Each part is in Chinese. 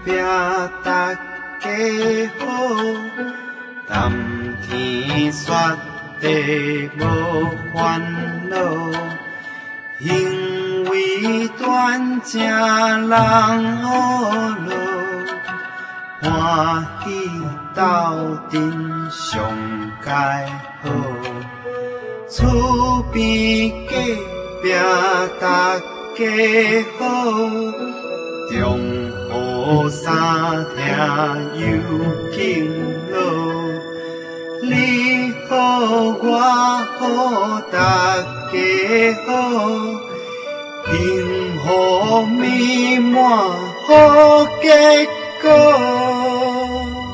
壁大家好，谈天说地无烦恼，因为断正人好路，欢喜斗阵上佳好，厝边隔壁大家好，中好三听又敬老，你好我好大家好，幸福美满好结果。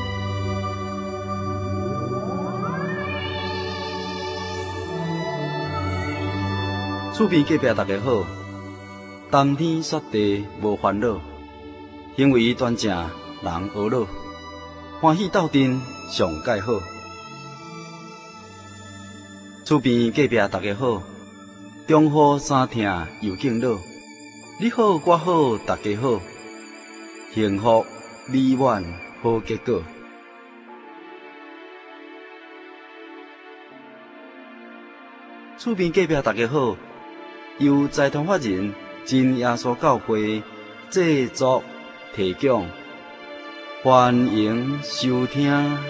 厝边隔壁大家好，谈天说地无烦恼，行为端正人和乐，欢喜斗阵上介好。厝边隔壁大家好，中好三听又敬老，你好我好大家好，幸福美满好结果。厝边隔壁大家好，由财团法人真耶稣教会制作提供，欢迎收听。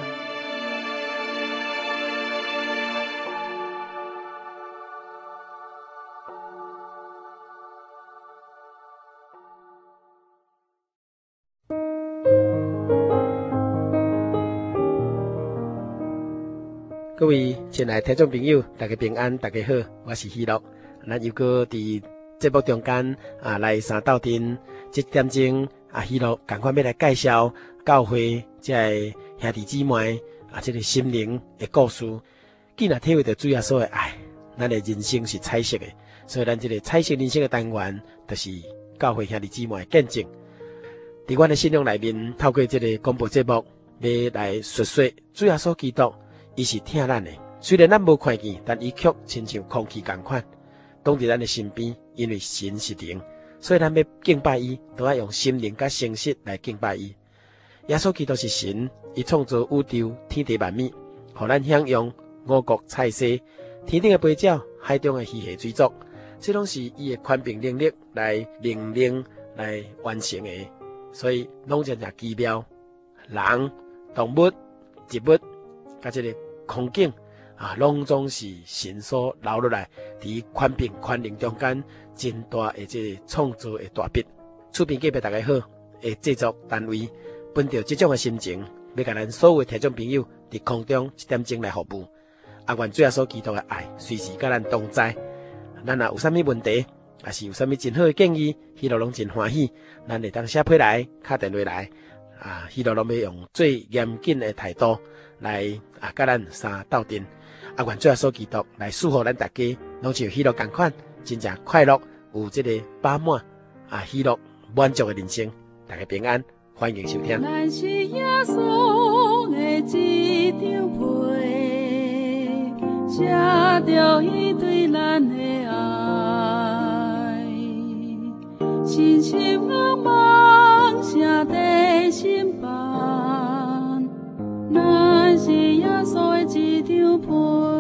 各位亲爱的听众朋友，大家平安，大家好，我是喜乐。咱又搁伫节目中间来三斗阵，这点钟喜乐赶快要来介绍教会这个兄弟姊妹这个心灵的故事。既然体会到主耶稣的爱，咱的人生是彩色的，所以咱这个彩色人生的单元，就是教会兄弟姊妹的见证。伫阮的信仰内面，透过这个广播节目，要来述说主耶稣基督。伊是疼咱的，虽然咱无看见，但伊却亲像空气同款，挡伫咱的身边。因为神是灵，所以咱要敬拜伊，都要用心灵甲诚实来敬拜伊。耶稣基督是神，伊创造宇宙天地万物，互咱享用五谷菜色、天顶的飞鸟、海中的鱼虾水族，这拢是伊的权柄能力来命令来完成的，所以拢真正奇妙。人、动物、植物。甲这个空境拢总是神所留落来，伫权柄权能中间真大的这个创造的大笔。厝边隔壁大家好的制作单位，本着这种的心情，要甲咱所有的听众朋友伫空中一点钟来服务。愿主耶稣基督的爱随时甲咱同在。咱若有啥物问题，也是有啥物真好的建议，希望拢真欢喜，咱会当写批来，打电话来。希望拢要用最严谨的态度来甲咱三斗阵。愿主耶稣基督来祝福咱大家，拢像喜乐同款，真正快乐，有这个饱满喜乐满足的人生。大家平安，欢迎收听。 咱是耶稣的一张被，写着伊对咱的爱，深深茫茫写在心房。咱是耶稣的一张被，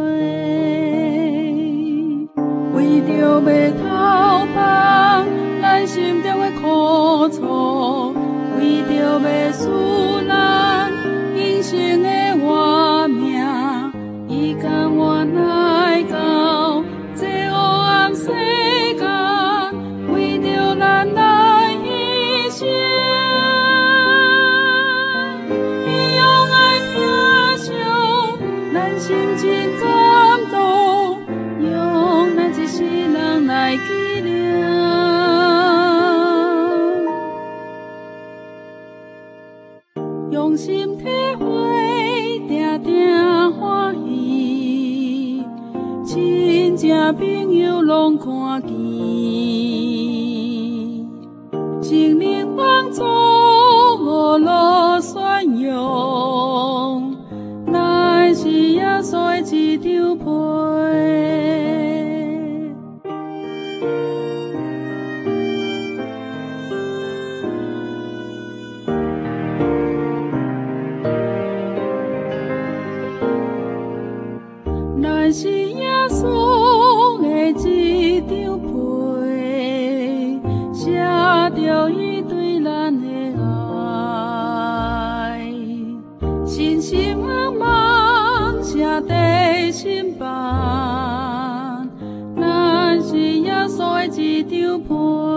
为着要逃放咱心中的苦楚，为着要使咱人生的活命，伊甘愿来到这黑暗世间，为着咱来牺牲。伊用爱疼惜咱心真感动，用咱一世人来纪念。用心体会，定定欢喜，亲情朋友拢看见，心灵帮助无路宣扬，咱是耶稣的一张被。 陪，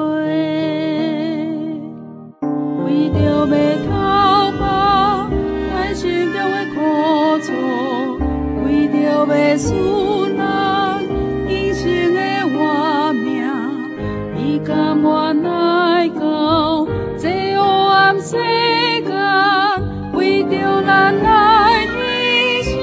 为着要讨饱咱心中的苦楚，为着要使咱人生的活命，伊甘愿来到这黑暗世间，为着咱来牺牲。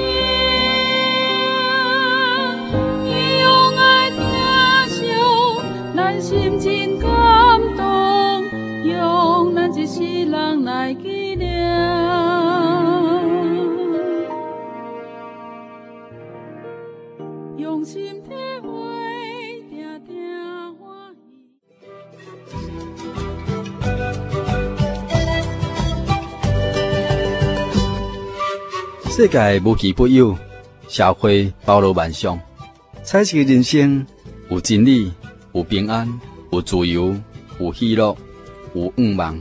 伊用爱疼惜咱心真感动，用咱一世人来纪念。用心体会，定定欢喜。 世界无奇不有，社会包罗万象，彩色的人生有真理，有平安，有自由，有喜乐，有愿望。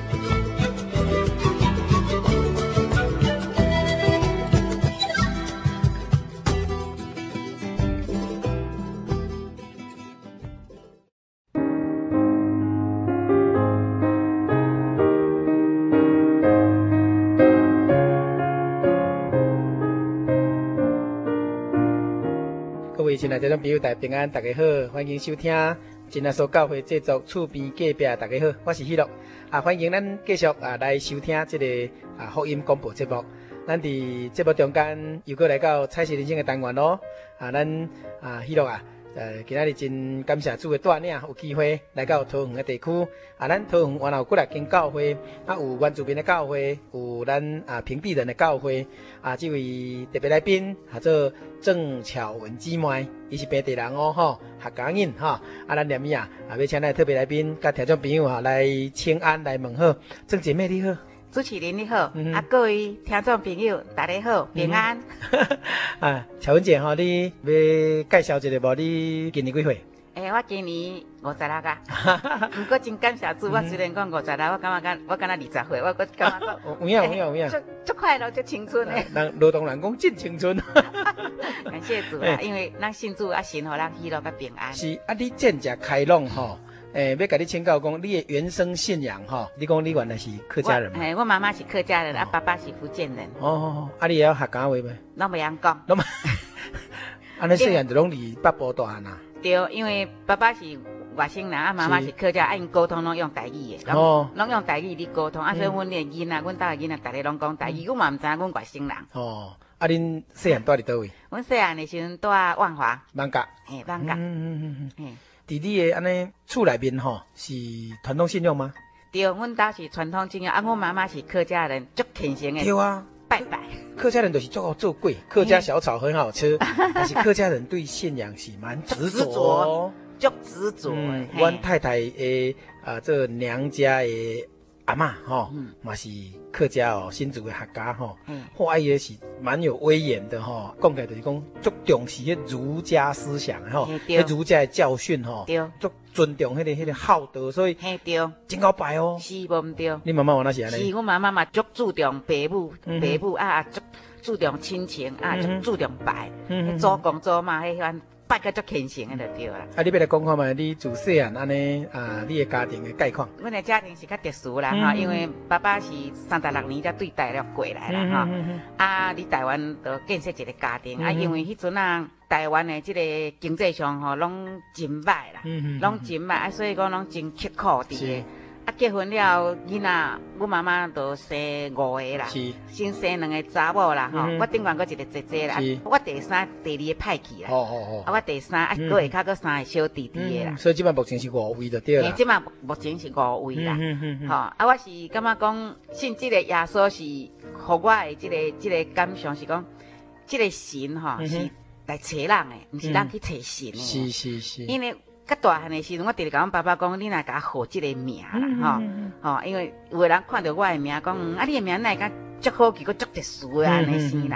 各位亲爱的听众朋友，大家平安，大家好，欢迎收听真耶稣教会制作厝边隔壁，大家好，我是喜乐欢迎咱继续来收听这个福音广播节目。咱伫节目中间又过来到彩色人生的单元咯咱喜乐今仔日真感谢主的带领，有机会来到桃园的地区咱桃园原来有几间教会有原住民的教会，有咱平地人的教会这位特别来宾做郑巧文姊妹，伊是本地人客家人咱念伊要请来特别来宾甲听众朋友来请安来问好。郑姐妹你好。 主持人你好，各位听众朋友大家好，平安。 巧文姐你要介绍一下无？你今年几岁？ 我今年56啊，不过真感谢主，我虽然讲56，我感觉我敢若20岁，我感觉讲有影， 足快乐，足青春的。 人劳动人讲真青春。 感谢主啦，因为咱信主神互咱喜乐甲平安。 是你渐渐开朗要甲你请教讲你的原生信仰你讲你原来是客家人吗？ 我妈妈是客家人，爸爸是福建人。 你也要客家话吗？ 拢袂晓讲。 你细汉就拢伫北部大汉对，因为爸爸是外省人妈妈是客家，因沟通拢用台语的，拢用台语咧沟通所以阮的囡仔，阮家的囡仔，逐个拢讲台语，我嘛毋知影阮外省人。 恁细汉住伫倒位？ 阮细汉的时阵住万华。 艋舺。 艋舺。 伫你的安尼厝内面是传统信仰吗？ 对，阮家是传统信仰阮妈妈是客家人，足虔诚的。 对啊， 拜拜。 客家人就是足好做粿，客家小炒很好吃，但是客家人对信仰是蛮执着， 足执着。 阮太太的这娘家的阿嬷嘛是客家新竹的客家伊也是蛮有威严的讲起来就是讲足重视迄儒家思想迄儒家的教训足尊重迄个孝道，所以真够拜是无毋对。 你妈妈原来是安尼？ 是，阮妈妈嘛足注重爸母足注重亲情足注重拜，祖公祖妈迄款拜个足虔诚的就对啦。 你要来讲看嘛？你自细汉安尼你的家庭的概况？ 阮的家庭是较特殊啦因为爸爸是36年才对大陆过来啦伫台湾就建设一个家庭因为迄阵台湾的即个经济上拢真歹啦，拢真歹所以讲拢真刻苦伫个。结婚了，囡仔，阮妈妈就生5个啦，先生2个查某啦我顶完阁一个姐姐啦，我第3、第2个派去啦，我第3，阁下较阁3个小弟弟的啦。 所以即摆目前是5位就对啦。 即摆目前是5位啦，我是感觉讲信即个耶稣是，互我的即个感想是讲，即个神是来找人的，毋是咱去找神的。是。因为较大汉的时阵，我直直甲阮爸爸讲，你若甲我号即个名啦，因为有个人看到我的名，讲你的名哪会甲足好奇，佮足特殊的安尼生啦。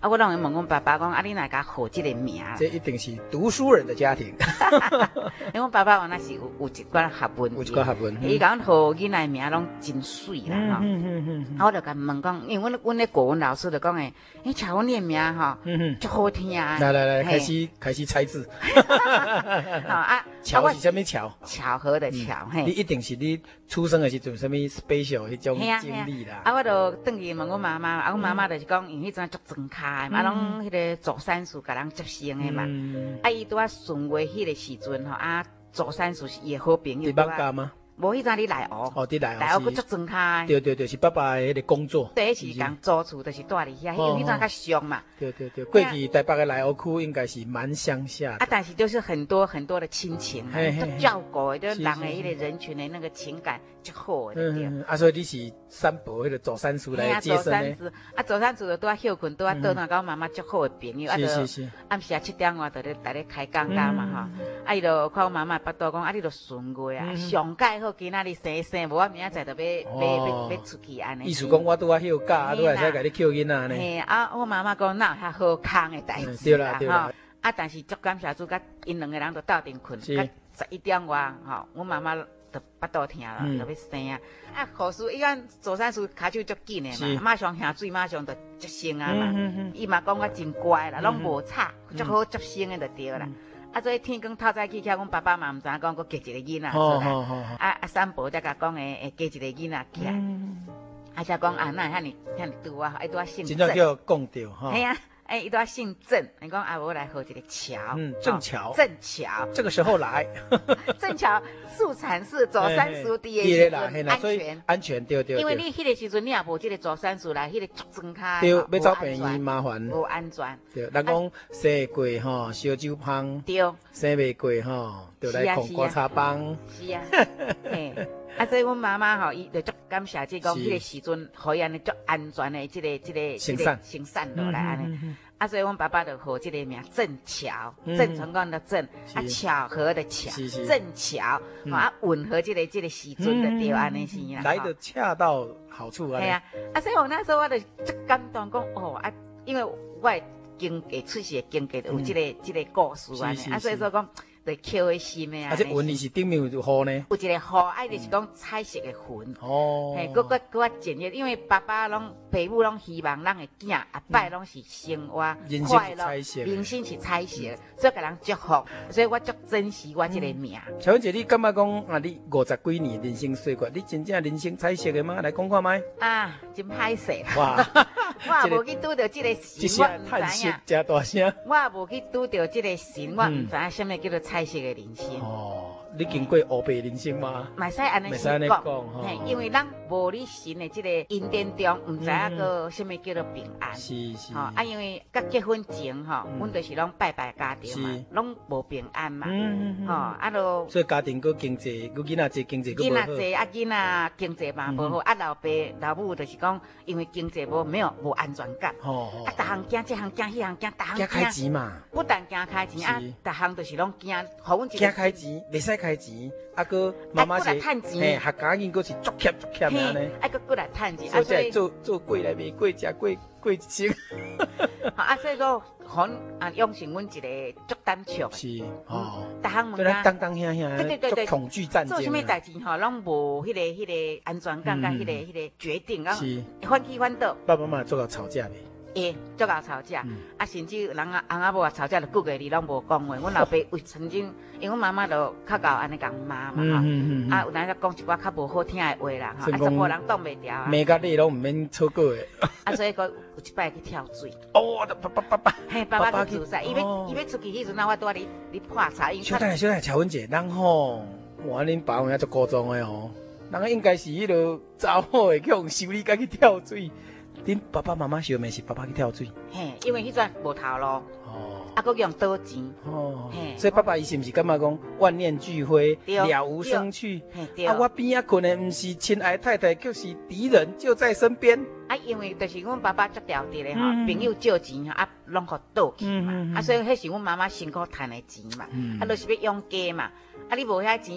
啊，我拢会问阮爸爸讲，啊，你哪甲号这个名？ 这一定是读书人的家庭。 因为阮爸爸那是有一寡学问， 有一寡学问。 伊讲号囡仔名拢真水啦哈。啊，我就甲问讲，因为阮咧国文老师就讲诶，你瞧我念名哈，足好听啊。 来，开始猜字。 好啊， 巧是什么巧？ 巧合的巧。嘿， 你一定是你出生的时阵什么 special 迄种经历啦。 啊，我就转去问我妈妈，啊，我妈妈就是讲，因为迄阵足装卡的嘛，拢迄个左三叔甲人接生的嘛。啊，伊拄啊顺话迄个时阵吼，啊，左三叔是伊好朋友。 伫北家吗？ 无，迄阵你来学。 哦，伫来学。 来学佫足装卡。 对，是爸爸的迄个工作。 对，是共租厝，就是住伫遐，因为迄阵较俗嘛。 对，过去台北的来学区应该是蛮乡下的。 啊，但是就是很多的亲情，足照顾的，就是人的迄个人群的那个情感足好的。 啊，所以你是三伯迄个左三叔来接生的。 啊，左三叔就拄啊休困，拄啊倒那甲我妈妈足好的朋友，啊，就暗时7点外就咧来咧开讲嘛吼。啊，伊就看我妈妈巴肚讲，啊，你就顺话啊，上介好今仔日生，无我明仔载就要出去安尼。 意思讲我拄啊休假，拄会使甲你捡囡仔呢。 嘿，啊，我妈妈讲哪遐好康的代志啦，吼。啊，但是足感谢主，甲因两个人就斗阵困，甲11点外吼，我妈妈就巴肚疼了，就要生啊。啊，护士伊讲左三叔骹手足紧的嘛，马上下水，马上就接生啊嘛。伊嘛讲我真乖啦，拢无吵，足好接生的就对啦。啊，所以天光透早起来，阮爸爸嘛毋知影讲，佫加一个囡仔出来。啊，三伯才甲讲诶，加一个囡仔起来。啊，才讲啊，那遐尼拄啊，伊拄啊姓郑。 真正叫讲着哈。 系啊，伊拄啊姓郑，伊讲啊，我来号一个乔。 郑乔。 这个时候来。 郑乔助产士左三叔第一个安全对。 因为你迄个时阵你也无即个左三叔来，迄个足装卡。 对，要找病院麻烦。 无安全。 对，人讲生过吼，烧酒芳。 对。 生未过吼，就来控刮擦帮。 是啊。嘿。啊，所以阮妈妈吼，伊就足感谢即讲，迄个时阵可以安尼足安全的即个生产落来安尼。啊，所以阮爸爸就号即个名郑巧，郑成功的郑，啊巧合的巧，郑巧，啊吻合即个时阵的对安尼是啦。 来得恰到好处啊。 系啊，啊所以我那时候我就足感动讲哦啊，因为我经过出世的经过有即个故事安尼，啊所以说讲。对，扣的心的啊！ 啊，这纹是顶面有雨呢？ 有一个雨，啊，就是讲彩色的云。哦。嘿，佮检验，因为爸爸拢、爸母拢希望咱的囝阿摆拢是生活快乐，人生是彩色，所以给人祝福，所以我足珍惜我这个名。 小文姐，你感觉讲啊？你50几年人生岁月，你真正人生彩色的吗？来讲看麦。 啊，真歹势。哇！我也无去拄到这个神，我唔知影。 真大声。 我也无去拄到这个神，我唔知影什么叫做彩色的人生。 哦，你经过黑白人生吗？ 袂使安尼讲，嘿，因为咱无你神的这个因典中，唔知影个什么叫做平安。 是。 吼啊，因为甲结婚前吼，阮就是拢拜家庭嘛，拢无平安嘛。吼啊，就所以家庭个经济，个囡仔济经济个无好。 囡仔济啊，囡仔经济嘛无好，啊老爸老母就是讲，因为经济无安全感。啊，逐项惊，这项惊，迄项惊，逐项惊。 开钱嘛， 不但惊开钱啊，逐项就是拢惊，互阮一个。 惊开钱，袂使开钱，啊个妈妈是，嘿，客家人个是足欠安尼。 啊个过来趁钱， 所以做过来卖过，食过一生。 啊，所以说，互养成阮一个足胆怯。 是，哦， 逐项物件当兄，对，恐惧战争。 做什么代志吼，拢无迄个安全感，甲迄个决定，是反起反倒。 爸爸妈妈做到吵架会，足够吵架，啊，甚至人翁仔某啊吵架就几个字拢无讲话。阮老爸为曾经，因为阮妈妈就较够安尼讲骂嘛，啊，有当时讲一寡较无好听的话啦，啊，全部人挡袂掉啊。 骂甲你拢毋免错过的。 啊，所以个有一摆去跳水。 哦，爸， 嘿，爸爸去自杀，伊要出去迄阵啊，我拄啊你破查，因为小等，乔文姐，人吼，我恁爸有影足古装的吼，人应该是迄落查某的去用修理，甲去跳水。恁爸爸妈妈想的是爸爸去跳水， 嘿，因为迄阵无头路，啊，佫用倒钱， 嘿，所以爸爸伊是毋是感觉讲万念俱灰，了无生趣？啊，我边仔困的毋是亲爱太太，就是敌人就在身边。 啊，因为就是阮爸爸足调直的吼，朋友借钱啊，拢互倒去嘛，啊，所以迄是阮妈妈辛苦赚的钱嘛，啊，就是要养家嘛，啊，你无遐钱。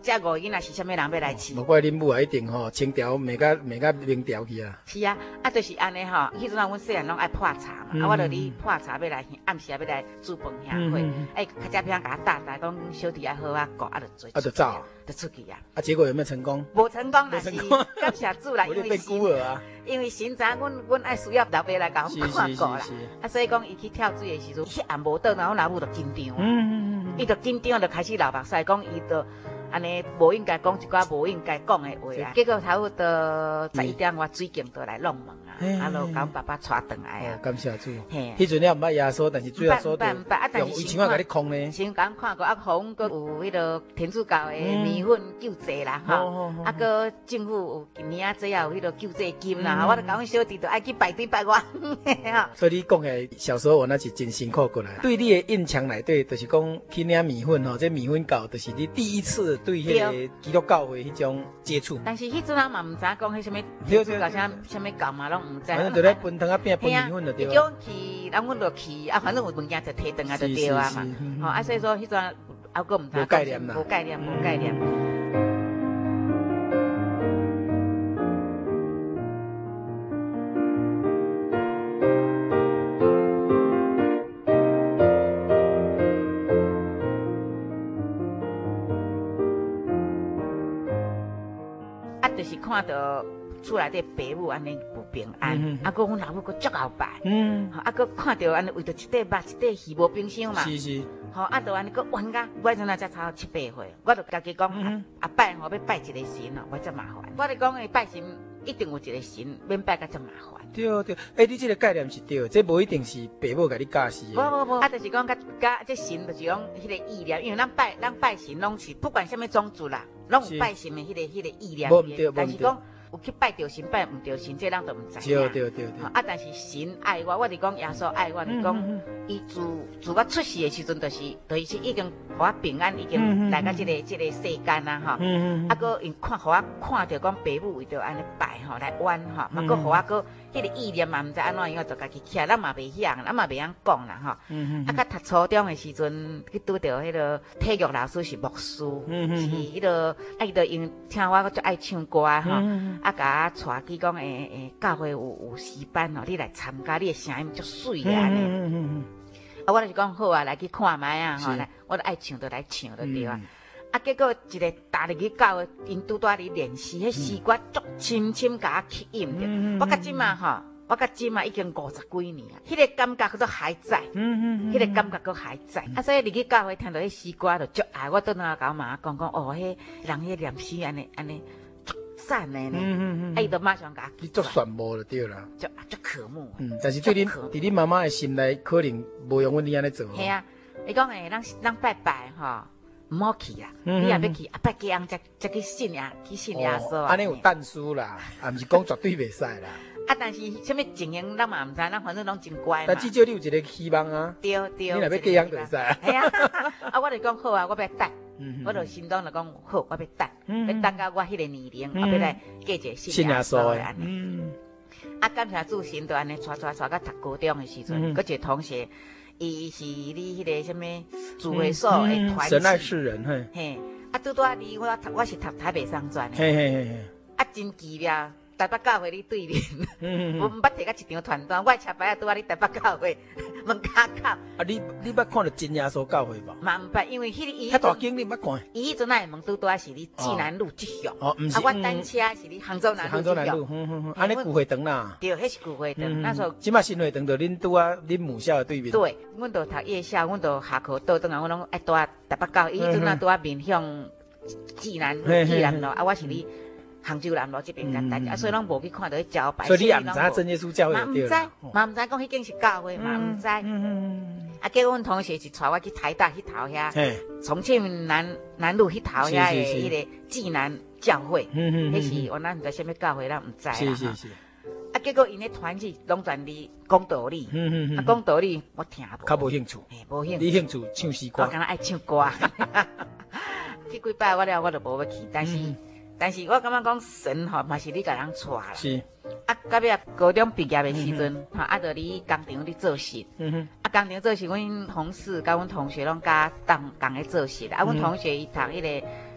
这五个囡仔是啥物人要来饲？ 无怪恁母啊，一定吼清调骂甲明调去啊。 是啊，就是安尼吼。迄阵啊，阮细汉拢爱破茶嘛，我就哩破茶要来，暗时要来煮饭兄会，较早平甲我搭台讲小弟啊好啊，顾啊就做， 就走， 就出去啊。 结果有没有成功？ 无成功，但是感谢主啦，因为变孤儿啊。 因为神知阮爱需要老爸来甲我看顾啦，所以讲伊去跳水的时阵，迄暗无倒，然后老母就紧张啊，伊就紧张就开始流目屎，讲伊就安尼无应该讲一寡无应该讲的话啊。结果差不多11点，我水警就来弄门啊，就甲阮爸爸带转来啊。 感谢主。迄阵了毋捌压缩，但是最后锁但用以前我甲你控呢。 先甲看过啊，红个有迄个天主教的米粉救济啦，吼，个政府有今年啊，这也有迄个救济金啦。我就讲阮小弟就爱去排队排我， 所以你讲的小时候我那是真辛苦过来。对你的印象内底，就是讲去领米粉吼，这米粉教就是你第一次对迄个基督教会迄种接触。 但是迄阵啊嘛唔知讲迄什么天主教啥物教嘛，拢唔知。 反正就咧分汤啊变分米粉就对。 叫去，啊，阮就去，啊，反正有物件就摕转啊，就对啊嘛。吼，啊，所以说迄阵还佫唔知。 无概念啦。 无概念。就是看到厝内底爸母安尼不平安，佫阮老母佫足后摆，佫看到安尼为着一块肉一块鱼无冰箱嘛， 是， 吼，就安尼佫冤家，我阵啊才差7、8岁，我就家己讲啊拜吼要拜一个神哦，我真麻烦，我咧讲诶拜神一定有一个神，免拜甲真麻烦。 对，你这个概念是对，这无一定是爸母甲你教示的。 无，就是讲甲这神就是讲迄个意念，因为咱拜神拢是不管什么种族啦，拢有拜神的迄个意念。但是讲有去拜着神，拜唔着神，这咱都唔知影。 对。 但是神爱我是讲耶稣爱我，是讲伊自我出世的时阵，就是已经互我平安，已经来到这个世间啦，吼。佫因互我看到讲爸母为着安尼拜吼来冤吼，嘛佫互我佫迄个意念嘛唔知安怎样，就家己起来，咱嘛袂晓，咱嘛袂晓讲啦，吼。甲读初中的时阵，去拄着迄个体育老师是牧师，是迄个伊就因听我足爱唱歌吼。甲我带去讲教会有诗班吼，你来参加，你的声音足水的安尼。我就是讲好啊，来去看卖啊吼，来，我都爱唱就来唱就对啊。结果一个踏入去教会，因拄在咧练诗，迄诗歌足深深甲我吸引着。我甲即嘛吼，已经50几年啊，迄个感觉都还在，迄个感觉都还在。所以入去教会听到迄诗歌就足爱，我倒来甲我妈讲哦，迄人迄念诗安尼。赞的呢，伊就马上甲记足炫目就对啦， 足渴慕。 但是对恁伫恁妈妈的心内，可能无用阮你安尼做。 系啊，你讲咱拜拜吼，唔好去啦，你也要去，拜几样才去信耶稣啊。 安尼有但书啦，啊，毋是讲绝对袂使啦。 但是什么情形咱嘛唔知，咱反正拢真乖嘛。 但至少你有一个希望啊。对，你若要这样就会使。 系啊，我就讲好啊，我要等。我就心中就讲好，我要等，要等到我迄个年龄，我要来过一个信耶稣的安尼。感谢主神，就安尼带到读高中的时阵，佮一个同学，伊是你迄个什么聚会所的团体。 神爱世人， 嘿。拄离我是读台北商专的。真奇妙。台北教会你对面，我毋捌摕到一张传单，我的车牌拄你台北教会门口口。 你捌看到真耶稣教会无？ 嘛毋捌，因为迄大景你捌看？ 伊迄阵仔门拄是你济南路这项， 毋是。 我单车是你杭州南路这项。 安尼旧会堂啦。 对，迄是旧会堂。那时候即马新会堂就恁恁母校的对面。 对，阮都读夜校，阮都下课倒转来，阮拢爱住台北教会。伊迄阵仔拄面向济南路、济南路，我是你。杭州南路这边简单，所以拢无去看到迄招牌。 所以你也毋知真耶稣教会对啦。 嘛毋知讲迄间是教会，嘛毋知。结果阮同学是带我去台大迄头遐，重庆南路迄头遐的迄个济南教会，迄是我咱毋知啥物教会，咱毋知啦。 是。 结果因咧团体拢全哩讲道理，讲道理我听无。 较无兴趣。 无兴趣。 你兴趣唱诗歌。 我敢若爱唱歌。去几摆我了，我就无要去，但是我感觉讲神吼嘛是你甲人带啦。 是。 到尾高中毕业的时阵，就伫工厂咧做事。工厂做事，阮同事甲阮同学拢甲同咧做事啦。阮同学伊读迄个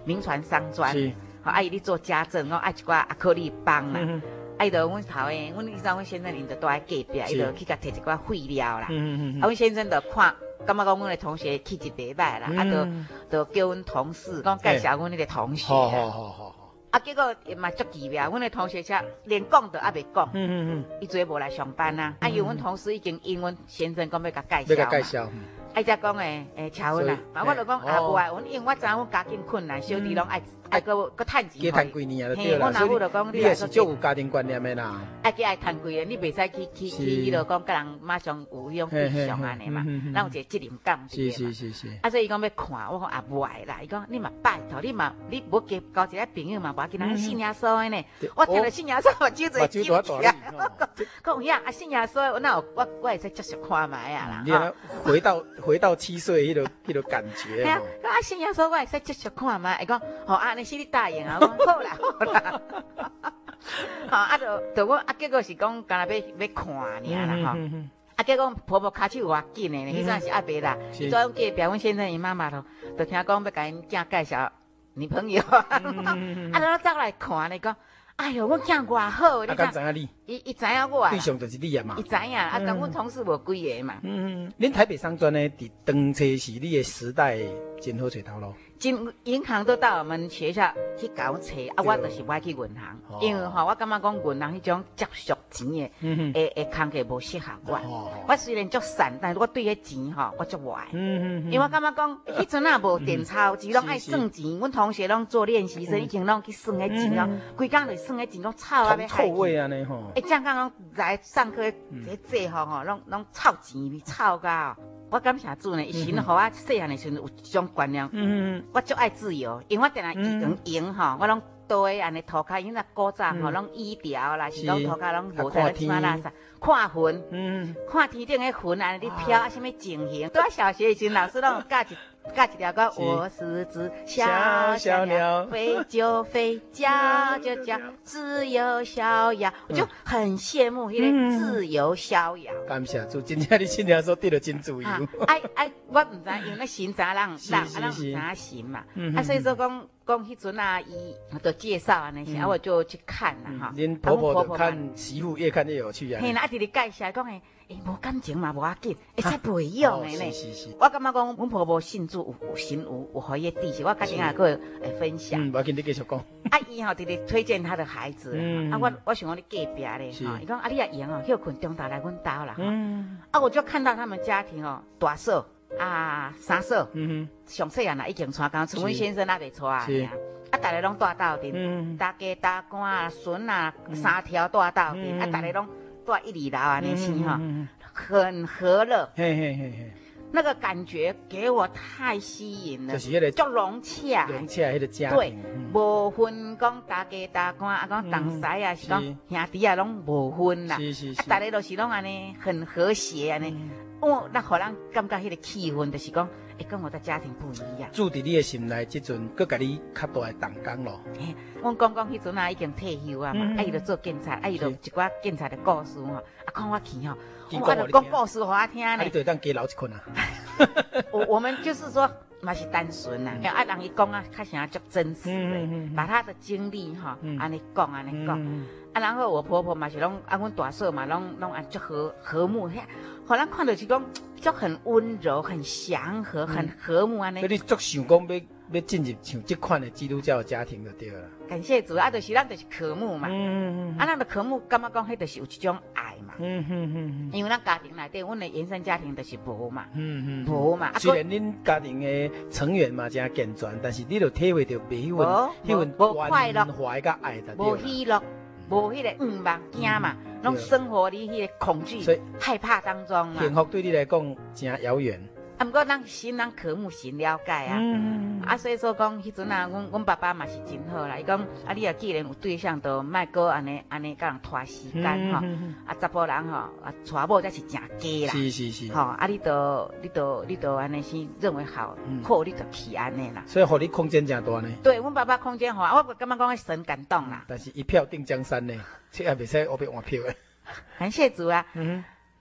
名传商专， 是， 好，啊伊咧做家政，我爱一寡阿克力棒啦。啊，伊就阮头诶，阮你知阮先生因就住喺隔壁，伊就去甲摕一寡废料啦。啊，阮先生就看，感觉讲阮诶同学气质袂歹啦，啊，就叫阮同事讲介绍阮迄个同学。好。啊，结果嘛足奇妙，阮诶同学则连讲都还袂讲。伊做无来上班啊，啊，因为阮同事已经因阮先生讲要甲介绍。要甲介绍。啊，则讲诶，乔恩啊，我就讲啊，无啊，因为我知影阮家境困难，小弟拢爱个趁钱。加趁几年啊，就对啦。所以你也是足有家庭观念的啦。爱去爱趁几年，你袂使去迄落讲，甲人马上有迄种对象安尼嘛，咱有一个责任感。是。啊，所以伊讲要看，我讲啊无爱啦。伊讲你嘛拜托，你无加交一个朋友嘛，无要紧，咱信耶稣的呢。我听到信耶稣，我就做救起来。讲呀，啊信耶稣，我会使接受看卖啊啦。 你回到7岁迄个感觉。 啊，信耶稣我会使接受看卖，伊讲吼啊。你是你答应啊？我讲好啦，好啊，就我啊，结果是讲，干那要看尔啦吼。啊，结果婆婆骹手偌紧的呢，迄阵是阿伯啦。伊昨隔壁阮先生伊妈妈就听讲要甲因囝介绍女朋友，啊，就走来看咧讲。哎哟，我囝偌好， 你敢知影你？ 伊知影我， 对象就是你啊嘛。 伊知影，啊，但阮同事无几个嘛。 恁台北商专呢，伫当初是你的时代真好找头路。 银行都到我们学校去搞找，啊，我就是爱去银行，因为我感觉讲银行迄种接触钱的工课无适合我。我虽然足散，但是我对迄钱我足爱。因为我感觉讲，迄阵啊无电钞机，拢爱算钱。阮同学拢做练习生，已经拢去算迄钱咯，规工就算迄钱，拢臭啊要害去。这样讲讲来上课，这这吼拢臭钱，臭到。我感谢主呢，以前互我细汉的时阵有一种观念，我足爱自由，因为我定来用我拢倒个安尼涂骹，因为古早拢医疗啦，是讲涂骹拢无在即马垃圾，看云，看天顶的云安尼咧飘啊，什么情形？在小学时阵，老师拢有教一条歌，我是只小小鸟，飞就飞，叫就叫，自由逍遥。我就很羡慕迄个自由逍遥。 感谢主，真正你信仰说得了真自由。 我唔知，因为神知人唔知影神嘛。所以说讲迄阵啊，伊就介绍安尼，我就去看啦哈。 恁婆婆就看媳妇越看越有趣啊。 嘿，那一直咧介绍讲诶，无感情嘛，无要紧，会使培养诶呢。我感觉讲，阮婆婆信主有神有互伊诶知识，我家己也个会分享。 无要紧，你继续讲。 啊，伊直直推荐他的孩子，我想讲你隔壁咧，伊讲啊，你也用休困中昼来阮兜啦。啊，我就看到他们家庭大嫂啊、三嫂，上细汉啦已经娶到，陈文先生还袂娶啊。啊，大家拢住斗阵，大家大官啊、孙啊，3条住斗阵，啊，大家拢住1、2楼安尼生吼，很和乐。那个感觉给我太吸引了， 就是迄个足融洽迄个家庭。 对，无分讲大家大官啊，讲同师啊，是讲兄弟啊，拢无分啦。啊，大家都是拢安尼很和谐安尼。那互人感觉迄个气氛，就是讲，跟我的家庭不一样。 住伫你的心内，即阵佮甲你较大的同工咯。 阮公公迄阵啊已经退休啊嘛，伊就做警察，伊就一寡警察的故事吼，看我去吼，我就讲故事互我听呢。 你就当加留一困啊。 我们就是说，嘛是单纯呐，啊，人伊讲啊，较像足真实的，把他的经历安尼讲，啊，然后我婆婆嘛是拢，阮大嫂嘛拢安足和睦，互咱看到是讲足很温柔、很祥和、很和睦安尼。 所以你足想讲要进入像这款的基督教的家庭就对了。 感谢主啊，就是咱就是渴慕嘛，啊，咱的渴慕感觉讲迄就是有一种爱嘛，因为咱家庭内底，阮的原生家庭就是无嘛，无嘛。 虽然恁家庭的成员嘛真健全，但是你就体会到迄份快乐、 怀甲爱的， 无喜乐，无迄个嘛惊嘛，拢生活伫迄个恐惧、害怕当中嘛。 幸福对你来讲真遥远。 啊，不过咱心人渴慕神了解啊，啊，所以说讲迄阵啊，阮爸爸嘛是真好啦。伊讲啊，你若既然有对象，就莫搁安尼甲人拖时间吼。啊，查甫人吼，啊，娶某才是正假啦。 是。 吼，啊，你都安尼是认为好，你就去安尼啦。 所以，互你空间真大呢。 对，阮爸爸空间好，我感觉讲神感动啦。 但是一票定江山呢，这也袂使我被换票的。 感谢主啊。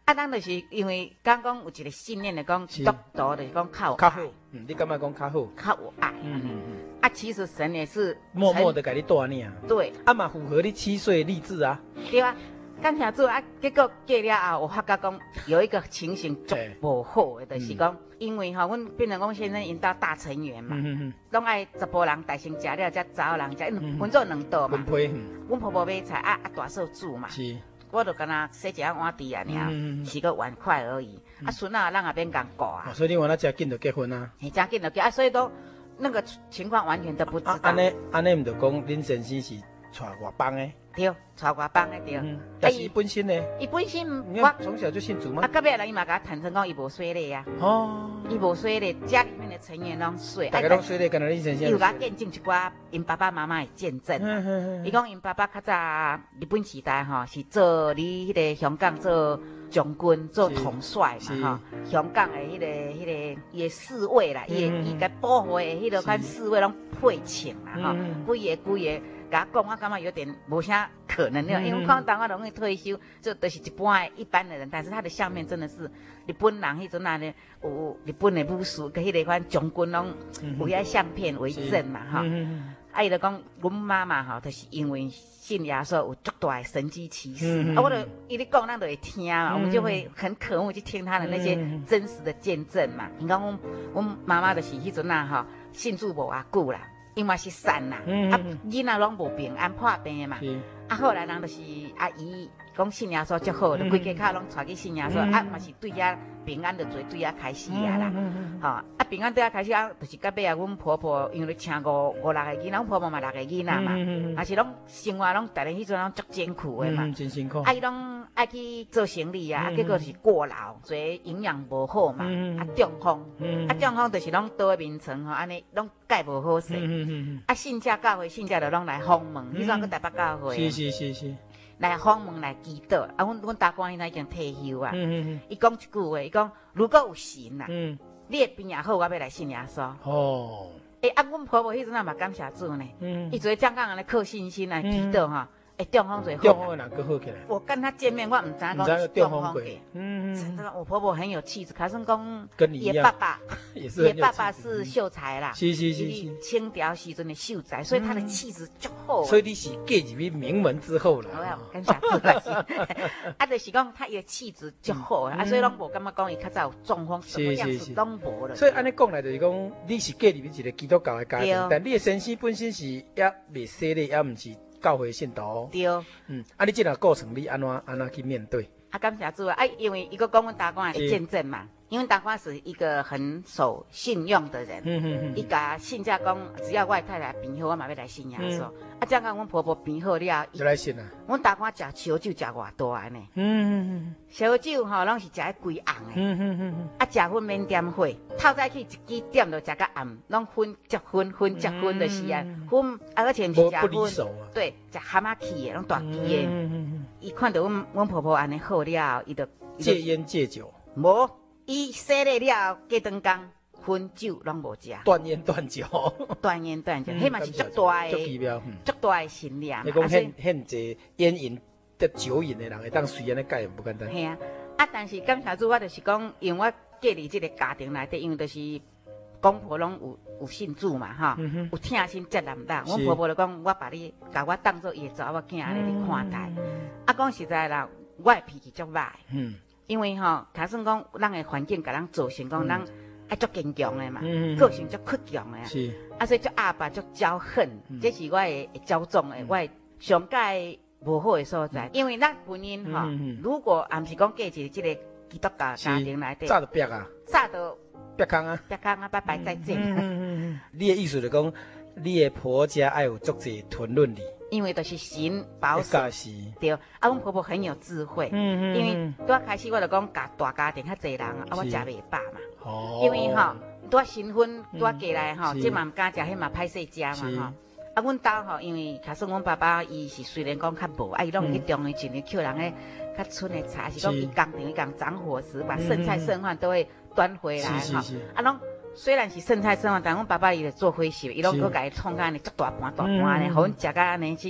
啊，咱就是因为刚讲有一个信念的讲，读读就是讲靠较好，你感觉讲较好， 靠有爱，啊，其实神也是默默的给你带领， 对， 啊嘛符合你7岁励志啊， 对啊。感谢主啊！结果过了后，我发觉讲有一个情形足无好的，就是讲，因为阮变成讲先生因到大成员嘛，拢爱10甫人大先食了，才查某人食，因分做2道嘛。分配。 阮婆婆买菜啊大嫂煮嘛， 是， 我就干那洗一下碗底啊，洗个碗筷而已。啊，孙啊，咱也免讲顾啊。 所以你话那真紧就结婚啊？ 真紧就结啊，所以都那个情况完全都不知道。 安尼唔就讲恁先生是带外邦的？ 对，带外邦的对。 但是伊本身呢？ 伊本身我从小就信主吗？ 啊，隔壁人伊嘛甲我坦诚讲伊无洗礼啊。哦。伊无洗礼，家里面的成员拢洗。 大家拢洗礼，干那恁先生？ 伊有甲见证一寡因爸爸妈妈的见证。伊讲因爸爸较早日本时代吼，是做伫迄个香港做将军、做统帅嘛吼。香港的迄个伊的侍卫啦，伊甲保护的迄个款侍卫拢配请啦吼，几个。甲我讲，我感觉有点无啥可能了，因为我看当我容易退休，就都是一般的人，但是他的下面真的是日本人迄阵啊呢，有日本的武士跟迄个款将军拢有遐相片为证嘛哈。啊，伊就讲，阮妈妈吼，就是因为信耶稣有足大的神迹奇事，啊，我就伊咧讲，咱就会听嘛，我们就会很渴慕去听他的那些真实的见证嘛。你讲阮妈妈就是迄阵啊吼，信主无偌久啦。因嘛是散啦，啊囡仔拢无平安破病的嘛，啊后来人就是阿姨讲信耶稣足好，就规家口拢带去信耶稣，啊嘛是对遐平安就做对遐开始啊啦，吼啊平安对遐开始啊，就是到尾啊，阮婆婆因为请五六个囡仔，阮婆婆嘛6个囡仔嘛，也是拢生活拢逐日迄阵拢足艰苦的嘛， 真辛苦， 啊伊拢爱去做生意啊，结果是过劳，所以营养无好嘛，啊中风，啊中风就是拢倒喺眠床吼，安尼拢介无好势，啊信教教会信教就拢来访问，迄阵去台北教会，是。来访问来祈祷，啊，阮大官现在已经退休啊。伊讲一句话，伊讲如果有神啊，你的病也好，我要来信耶稣。哦，啊，阮婆婆迄阵啊嘛感谢主呢，伊做香港人咧靠信心来祈祷哈。中风最好， 中风的人更好起来。 我跟他见面，我唔知讲中风过。真的，我婆婆很有气质，卡算讲跟你一样。 也爸爸也是， 也爸爸是秀才啦， 是， 清朝时阵的秀才，所以他的气质足好。 所以你是嫁入去名门之后了。 跟下子来是，啊，就是讲他的气质足好啊，所以拢无感觉讲伊较早有中风，什么样子拢无了。 所以安尼讲来就是讲，你是嫁入去一个基督教的家庭，但你的先生本身是也未洗礼，也唔是。教会信徒对，啊， 你这个过程你安怎去面对？ 啊，感谢主啊！因为一个讲阮大官的见证嘛，因为大官是一个很守信用的人，伊甲信家讲，只要我太太病好，我嘛要来信耶稣。啊，这样讲，阮婆婆病好了， 就来信啊。 阮大官食烧酒食偌大呢？烧酒吼，拢是食迄规红的。啊，食粉免点火，透早起一支点就食到暗，拢粉结粉就是啊，粉而且毋是食粉，对，食蛤蟆起的，拢大支的。伊看到阮婆婆安尼好了，伊就戒烟戒酒， 无，伊洗礼了后，过顿工。烟酒拢无食， 断烟断酒， 迄嘛是足大的，足大的信念。 你讲很济烟瘾得酒瘾的人会当随安尼改不简单。 系啊，但是感谢主，我就是讲，因为我嫁入这个家庭内底，因为就是公婆拢有信主嘛，哈，有疼心责任啦。阮婆婆就讲，我把我当做伊的查某囝安尼去看待。啊，讲实在啦，我的脾气足歹，因为吼，假算讲咱的环境甲咱造成讲咱。爱足坚强的嘛，个性足倔强的啊，所以足阿爸足骄横，这是我的骄纵的，我的上界无好的所在。因为咱本身吼，如果也毋是讲嫁入这个基督教家庭内底， 早就逼啊， 早就逼空啊， 拜拜再见。 你的意思就讲，你的婆家爱有足济吞论理。 因为都是神保守，对。啊，阮婆婆很有智慧，因为拄开始我就讲，大家庭较侪人啊，我食袂饱嘛。哦。因为吼，拄新婚拄嫁来吼，即嘛毋敢食，迄嘛歹势食嘛吼。啊，阮兜吼，因为假设阮爸爸伊是虽然讲较无，伊拢去中年一年捡人诶较村的菜，是讲伊工厂伊讲长伙食，把剩菜剩饭都会端回来哈。啊，拢。虽然是剩菜剩饭，但阮爸爸伊就做伙食，伊拢搁家己创安尼足大盘的，互阮食甲安尼去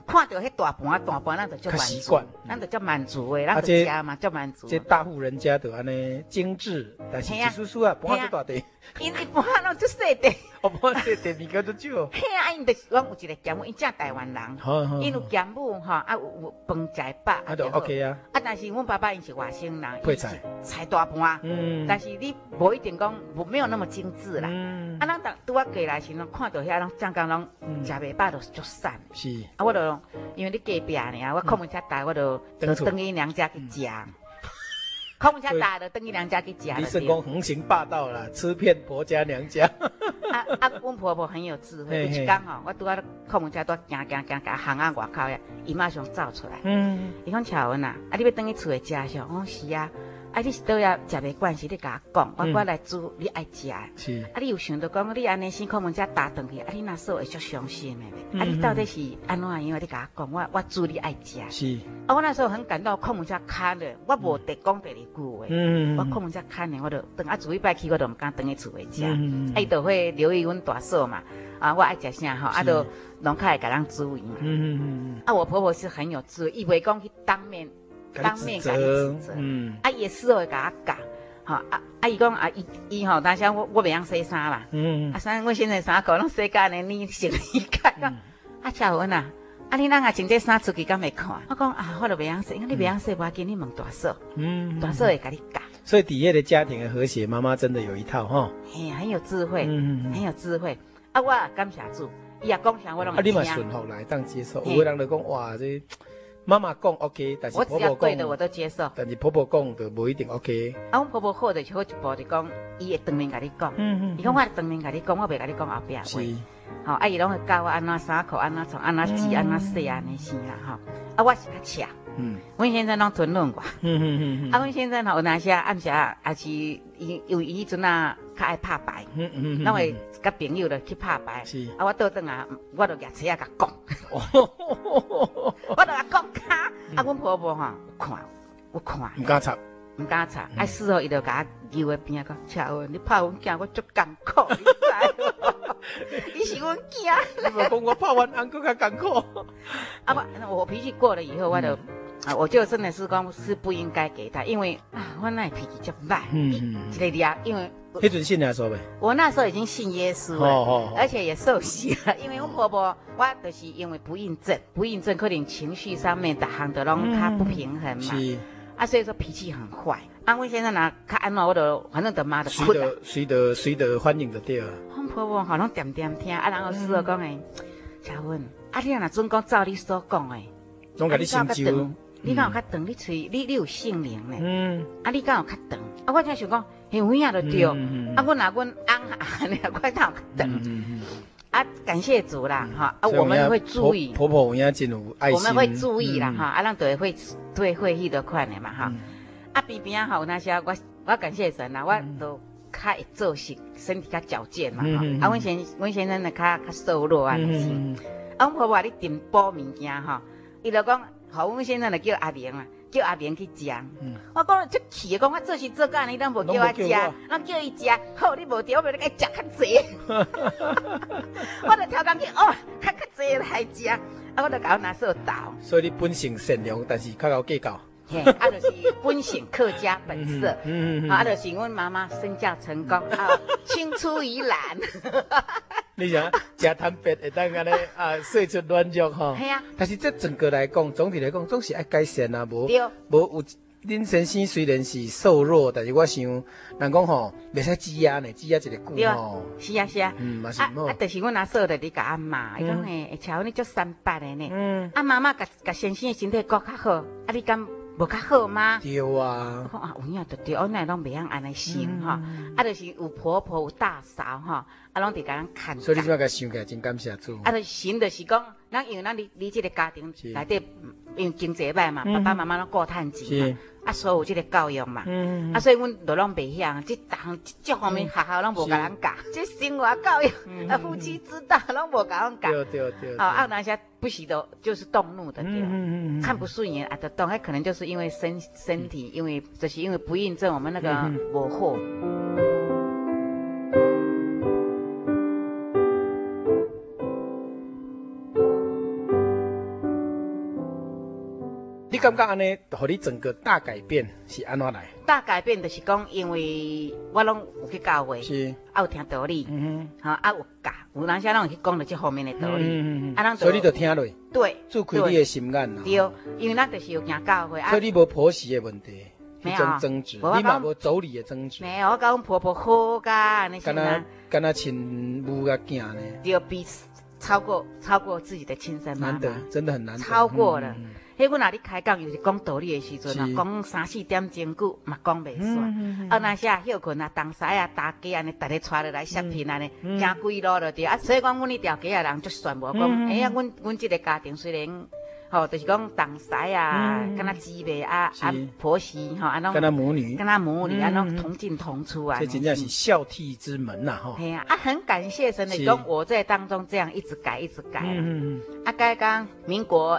看到迄大盘，咱就叫满足，咱就叫满足的，咱就食嘛，叫满足。 这大户人家就安尼精致，但是叔叔啊，盘就大地， 因盘拢就细地， 盘细地物件都少。 嘿啊，因就是讲有一个兼母，因正台湾人，因有兼母吼，啊有饭食饱， 啊就 OK 啊。 啊，但是阮爸爸因是外省人， 配菜菜大盘，但是你无一定讲没有那么精致啦。啊，咱拄啊过来时阵，看到遐拢正讲拢食袂饱，就足散。 是。 啊，我就因为你隔壁呢，我看门车大，我就登去娘家去食。看门车大就登去娘家去食。 你是讲横行霸道啦，吃遍婆家娘家。 阮婆婆很有智慧。有一天吼，我拄啊看门车拄行，巷仔外口呀，伊马上走出来。伊讲巧文啊，你要登去厝诶食上？我讲是啊。啊，你是倒遐食袂惯，是你甲我讲，我来煮你爱食。 是。 啊，你有想到讲，你安尼先看门车打转去，啊，你那时候会足伤心的。啊，你到底是安怎？因为你甲我讲，我煮你爱食。 是。 啊，我那时候很感动，看门车看了，我无得讲第二句话。我看门车看了，我就等煮一摆去，我就唔敢等去厝里食。啊，伊就会留意阮大嫂嘛。啊，我爱食啥吼，啊，就拢较会甲人注意嘛。啊，我婆婆是很有智慧，伊袂讲去当面甲你指责，啊，也是会甲我讲，吼，伊讲啊，伊吼，当时我袂晓洗衫嘛，我现在衫裤拢洗干呢，你先理解讲，巧文啊，你咱啊穿这衫出去敢会看？我讲啊，我都袂晓洗，你袂晓洗，无要紧，你问大嫂，大嫂会甲你教。 所以底下的家庭的和谐，妈妈真的有一套哈， 嘿，很有智慧，很有智慧。啊，我感谢主，伊也讲啥我拢会听。 你嘛顺服来当接受，有个人就讲哇这。妈妈讲 OK， 但是婆婆讲，我只要对的我都接受。 但是婆婆讲就无一定 OK。 啊，阮婆婆好就是好一步就讲，伊会当面甲你讲。伊讲我当面甲你讲，我袂甲你讲后壁话。是。吼，啊，伊拢会教我安怎衫裤，安怎从安怎洗，安怎洗安尼是啦，吼。啊，我是较恰。阮先生拢吞论我。啊，阮先生吼有那些暗时也是伊迄阵啊较爱拍牌。咱会甲朋友就去拍牌。是。啊，我倒转啊，我就举册啊甲讲。我就甲讲卡。啊，阮婆婆吼有看。 唔敢插。 唔敢插。啊，事后伊就甲我叫喺边仔讲，巧文，你拍阮囝，我足艰苦，你知？你是阮囝。 你莫讲我拍完安佫较艰苦。 啊，我脾气过了以后，我就。我就真的是讲是不应该给他，因为我那脾气就坏，一个俩，因为迄阵信耶稣呗， 我那时候已经信耶稣了，而且也受洗了，因为我婆婆，我就是因为不孕症可能情绪上面的行的拢较不平衡嘛，所以说脾气很坏。我先生呐，较安怎我就反正就骂的哭了， 随得反应就对了。 我婆婆好像点点听，然后事后讲诶，巧文，你若准讲照你所讲诶， 总甲你成就。 你敢有较长？你喙你有性灵呢？你敢有较长？我才想讲，有影就对。阮翁安尼，我敢有较长。感谢主啦，我们会注意。 婆婆有影真有爱心。 我们会注意啦，咱就会迄个款的嘛，边边有那些我感谢神啦，我都较会做事，身体较矫健嘛，阮先生呢较瘦弱啊，是。阮婆婆你订补物件伊就讲。好，阮先生就叫阿明啊，叫阿明去食。我讲足气，讲我做事做干，你拢无叫我食，拢叫伊食。好，你无调，我袂甲伊食较济。我就超工去较济来食。我就甲我拿手倒。 所以你本性善良，但是较有计较。 嘿，就是本性客家本色。就是阮妈妈身教成功，青出于蓝。 你想食坦白会当安尼说出软弱吼， 系啊。 但是这整个来讲，总体来讲，总是爱改善啊，无有恁先生虽然是瘦弱，但是我想，人讲吼，袂使挤压呢，挤压一个久吼。 是啊是啊。 嘛是好。 就是阮阿嫂就你甲阿骂，伊讲嘿，瞧你足三八的呢。妈妈甲先生的身体搁较好，你敢？无较好吗？ 对啊。 我讲有影就对，我那拢袂晓安尼想就是有婆婆有大嫂拢伫甲咱看。 所以你怎甲想起来真感谢主。 就神就是讲，因为咱你这个家庭内底，因为经济歹嘛，爸爸妈妈拢顾趁钱嘛，所有这个教育嘛，所以阮都拢袂晓，这方面学校拢无甲咱教，这生活教育夫妻之道拢无甲咱教。 对。 那些不许的，就是动怒的，看不顺眼就动，可能就是因为身体，因为就是因为不孕症，我们那个磨货。 感觉安尼，互你整个大改变是安怎来？ 大改变就是讲，因为我拢有去教会， 是有听道理，有教，有人些拢有去讲到这方面的道理， 所以你就听落， 对， 注开你的心眼啦。 对，因为咱就是有行教会， 所以你无婆媳的问题， 没有争执，你嘛无妯娌的争执。 没有，我跟阮婆婆好噶，安尼是呐，干那亲母甲囝呢， 就比超过自己的亲生妈妈， 难得，真的很难得， 超过了。迄阮若咧开讲，就是讲道理的时阵啊，讲3-4点钟久嘛讲袂煞。那些休困啊、东西啊、大家安尼，逐个带落来摄片安尼，行规路就对啊。所以讲，阮迄条街啊人就宣布讲，哎呀，阮即个家庭虽然。就是讲东西啊，跟他姊妹啊，婆媳安拢跟他母女， 安拢同进同出啊。 这真正是孝悌之门呐， 吼。对啊，很感谢神的，讲我在当中这样一直改。刚民国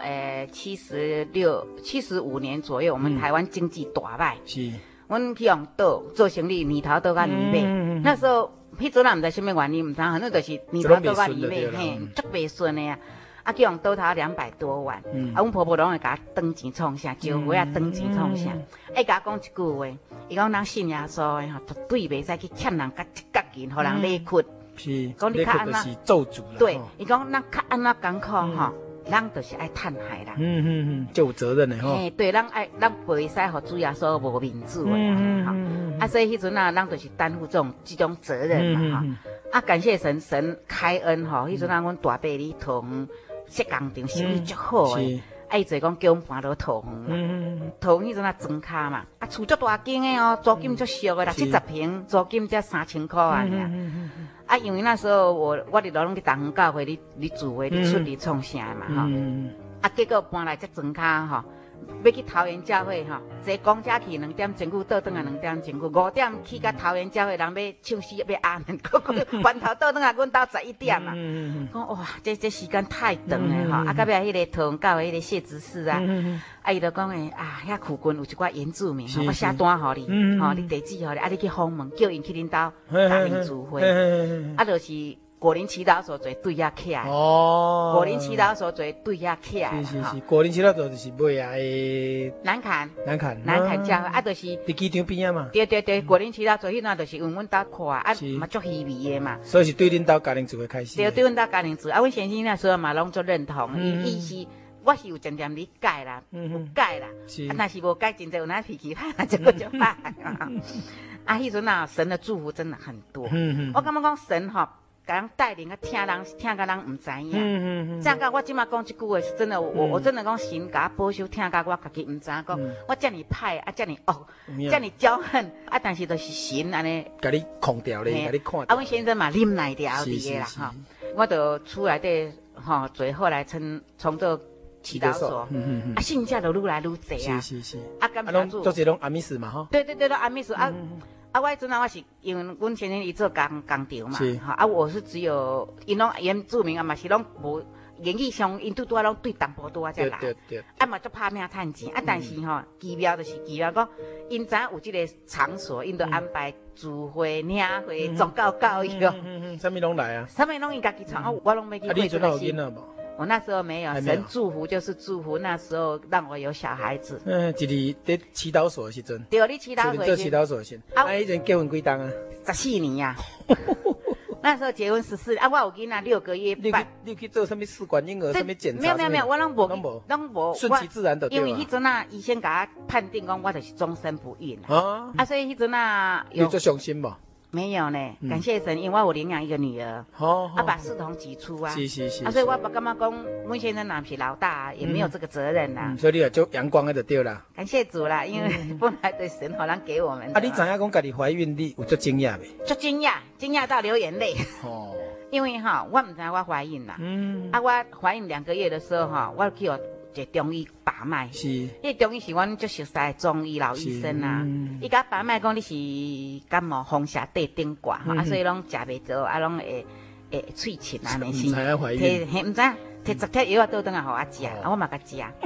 75年左右，我们台湾经济大败， 是， 阮去用岛做生意，年头倒甲年尾，那时候迄阵啊，毋知什么原因，毋知，反正就是年头倒甲年尾，嘿，足袂顺的啊。去用倒头200多万，阮婆婆拢会甲我转钱创啥，招回转钱创啥，甲我讲一句话，伊讲咱信耶稣的吼，绝对袂使去欠人甲一角钱，互人勒屈。 是，讲你较安怎咒诅啦。 对，伊讲咱较安怎艰苦吼，咱就是爱趁害人。 就有责任的吼。 对，咱袂使互主耶稣无面子的啦。所以迄阵啊，咱就是担负这种责任嘛哈。感谢神开恩吼，迄阵啊，阮大伯哩同。设工厂生意足好诶，伊就讲叫阮搬到桃园，桃园迄阵啊庄卡嘛，厝足大间诶哦，租金足俗诶，70平，租金才3000块啊。因为那时候我伫拢去东园教会你住诶，你出力创啥嘛吼。结果搬来这庄卡吼。要去桃园教会吼，坐公车去2点钟久，倒转来2点钟久，5点去到桃园教会，人要唱诗要暗，关头倒转来，阮到11点嘛。讲哇，这时间太长了吼。到尾迄个桃园教会迄个谢执事啊，伊就讲诶遐附近有一寡原住民，我写单互你，你地址互你，你去访问，叫因去恁兜家庭聚会，就是。果林祈祷所在对遐起来，果林祈祷所在对遐起来， 是，果林祈祷所就是尾啊诶， 南坎教会，就是伫机场边啊嘛。 对，果林祈禱所迄阵就是用阮兜看，嘛足稀微的嘛。 所以是对恁兜家庭聚会开始。 对阮兜家庭聚，阮先生那时候嘛拢足认同，伊是我是有渐渐哩改啦，有改啦，但是无改真侪有那脾气歹，就歹。迄阵啊，神的祝福真的很多。我感觉讲神吼。甲人带领啊，听甲人唔知影。这样甲我即马讲一句话是真的，我真的讲神甲我保守，听甲我家己唔知影讲，我遮尔歹啊，遮尔恶，遮尔骄横啊，但是都是神安尼， 甲你控掉咧，甲你看。 阮先生嘛忍耐条伫个啦哈，我就厝内底吼，最后来从做祈祷所，信者就愈来愈侪啊。 是。 感谢主， 做这种阿密斯嘛吼。 对，阿密斯啊。我迄阵啊，我是因为阮先生伊做工场嘛，我是只有因拢原住民啊嘛是拢无言语上因拄啊拢对淡薄拄啊才来，嘛足拍命趁钱但是吼奇妙就是奇妙讲，因知影有即个场所，因都安排聚会、领会、宗教育， 啥物拢来啊， 啥物拢因家己创，我拢要去会这个事。我那时候没有，神祝福就是祝福。那时候让我有小孩子。 就是在祈祷所的时阵。 对，你祈祷所。 做祈祷所的时阵。迄阵结婚几冬啊 ？14年呀。那时候结婚14年，我有囡仔6个月半。 你去做什么试管婴儿？什么检查？ 没有，我拢无， 顺其自然的。 因为迄阵啊，医生给我判定讲我就是终身不孕所以迄阵啊， 有做伤心无？ 没有呢，感谢神，因为我有领养一个女儿，把4童挤出啊， 是， 所以我感觉讲，阮先生若是老大，也没有这个责任啦， 所以你也做阳光的就对啦。 感谢主啦，因为本来的神好像给我们。 你知影讲家己怀孕，你有足惊讶未？ 足惊讶到流眼泪。因为我唔知我怀孕啦，我怀孕2个月的时候我去一中医把脉，是，迄中医是阮足熟悉的中医老医生啊。伊甲把脉讲你是感冒风邪底顶挂所以拢食袂着，拢会喙切安尼是。 唔知怀孕， 唔知摕10贴药倒转来互我食，我嘛甲食。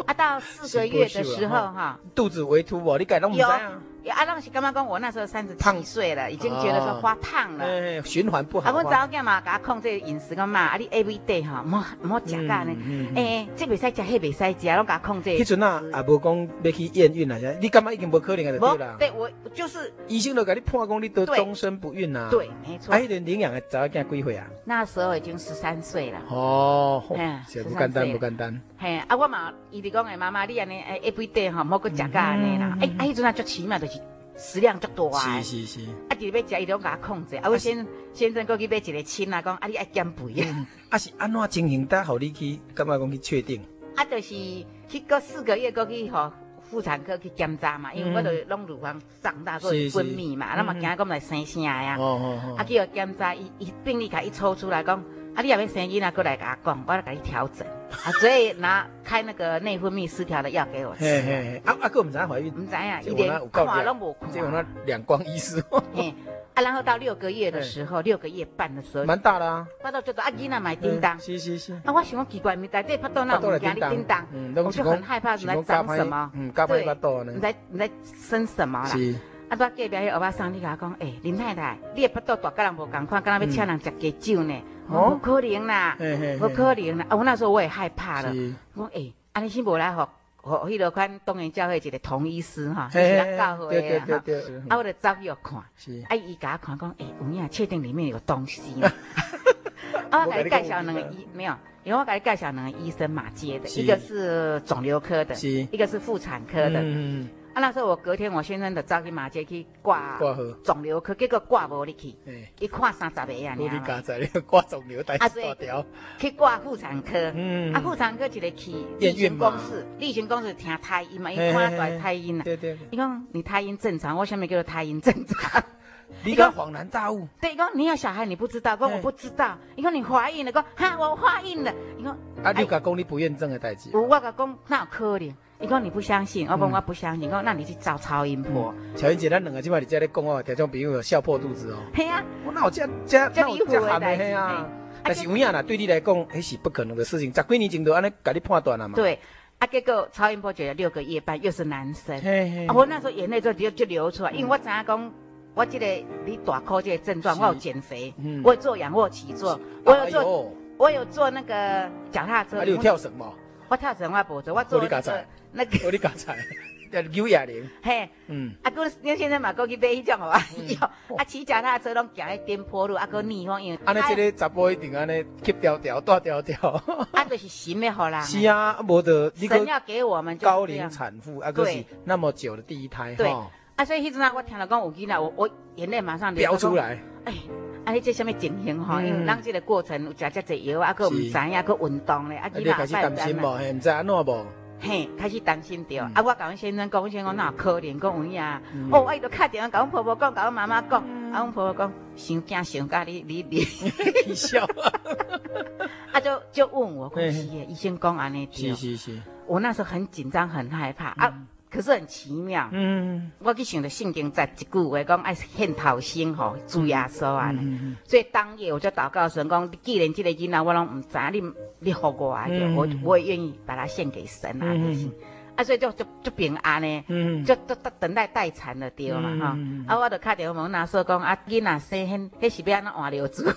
啊，到4个月的时候哈， 肚子微凸哦，你改拢唔知啊？ 啊，那是刚刚讲我那时候37岁了，已经觉得说发胖了， 循环不好。 啊，我早间嘛，给他控制饮食个嘛，啊，你 every day 哈，唔好食噶呢，这袂使食，迄袂使食，拢给他控制。 迄阵啊，也无讲要去验孕啊，你感觉已经无可能了，对啦。 对，我就是医生都给你判讲你得终身不孕啊。 对，没错。 啊，迄个领养的早囝几岁啊？ 那时候已经13岁了。 哦，不简单，不简单。 嘿，啊，我嘛，伊就讲诶，妈妈，你安尼every day 吼，唔好搁食噶安尼啦。迄阵啊，足奇妙，就是食量足大诶。 是。啊， 就是要食，伊拢甲我控制。啊，我先生搁去买一个亲啊，讲啊，你爱减肥啊。 啊，是安怎情形？得互你去，感觉讲去确定？ 啊，就是去过4个月，搁去吼妇产科去检查嘛，因为我就拢乳房长大，搁有分泌嘛，那么惊讲来生啥呀？啊，去互检查，伊病历卡一抽出来讲。啊，你也要生囡仔，过来甲我讲，我来给你调整。啊，所以开那个内分泌失调的药给我吃。 个唔知怀孕， 唔知啊，一点看拢无看。 这有那两光医师。 嘿，啊，然后到6个月的时候，6个月半的时候， 蛮大的啊。 我都觉得啊，囡仔买叮当。 是。 啊，我想讲奇怪，咪在这巴肚那有惊你叮当，我就很害怕你来长什么。 对， 你在生什么啦？是。啊，我隔壁迄欧巴桑，你甲我讲，林太太，你的巴肚大，甲人无共款，敢若要请人食鸡酒呢？不可能啦，不可能啦！啊，我那时候我也害怕了。我讲安尼先无来互迄落款东源教会一个童医师哈，是咱教会的哈。啊，我就走去看，啊，伊甲我看讲，有影确定里面有东西嘛？啊，我给你介绍2个没有，因为我给你介绍2个医生嘛接的，一个是肿瘤科的，一个是妇产科的。啊，那时候我隔天我先生就走去马街去挂肿瘤科，结果挂无入去，伊看30个啊， 你家在挂肿瘤大条， 去挂妇产科，啊，妇产科一个去例行公事，例行公事听胎音嘛，伊看出来胎音啦， 对， 伊讲你胎音正常，我下面叫做胎音正常。 你讲恍然大悟， 对，讲你有小孩你不知道，讲我不知道，伊讲你怀孕了，讲哈我怀孕了，伊讲啊，你甲讲你不验证的代志， 我甲讲那有可能。伊讲你不相信，我讲我不相信，讲那你去找超音波。 乔英姐，咱2个即摆伫遮咧讲哦，听众朋友笑破肚子哦。 系啊， 我哪有这含的嘿啊？但是有影啦，对你来讲，迄是不可能的事情。10几年前都安尼甲你判断了嘛。 对，啊，结果超音波觉得6个月半又是男生，我那时候眼泪就流出来，因为我知影讲，我这个你大哭这个症状，我有减肥，我有做仰卧起坐，我有做那个脚踏车。 你有跳绳吗？ 我跳绳我无做，我做那个。 你刚才牛哑铃。 嘿，啊，你现在嘛，过去买迄种啊，骑脚踏车拢行喺颠簸路，啊，逆风因为。 安尼这个查甫一定安尼吸大条。 啊，就是神要好啦。 是啊，无得神要给我们高龄产妇，啊，可是那么久的第一胎。 对。啊，所以迄阵啊，我听到讲有囡仔，我眼泪马上飙出来。 你这什么情形吼？因为咱这个过程有食这药，啊，佮唔知影，佮运动咧，啊， 囡仔开始担心无？嘿，唔知安怎无？ 嘿，开始担心着。啊，我甲阮先生讲，先讲哪有可能讲有影？我伊就敲电话甲阮婆婆讲，甲阮妈妈讲，啊，阮婆婆讲，伤惊伤甲你笑。 啊，就问我讲是诶，医生讲安尼是。 我那时候很紧张，很害怕啊。可是很奇妙，我去想着圣经在一句话讲爱献头生吼，主耶稣啊，所以当夜我就祷告神讲，既然这个囡仔我拢唔知，你给我啊，我也愿意把它献给神啊，就是啊，所以就平安呢，就等待待产的对嘛哈，啊，我就打电话问那说讲啊，囡仔生迄是要安怎换流子？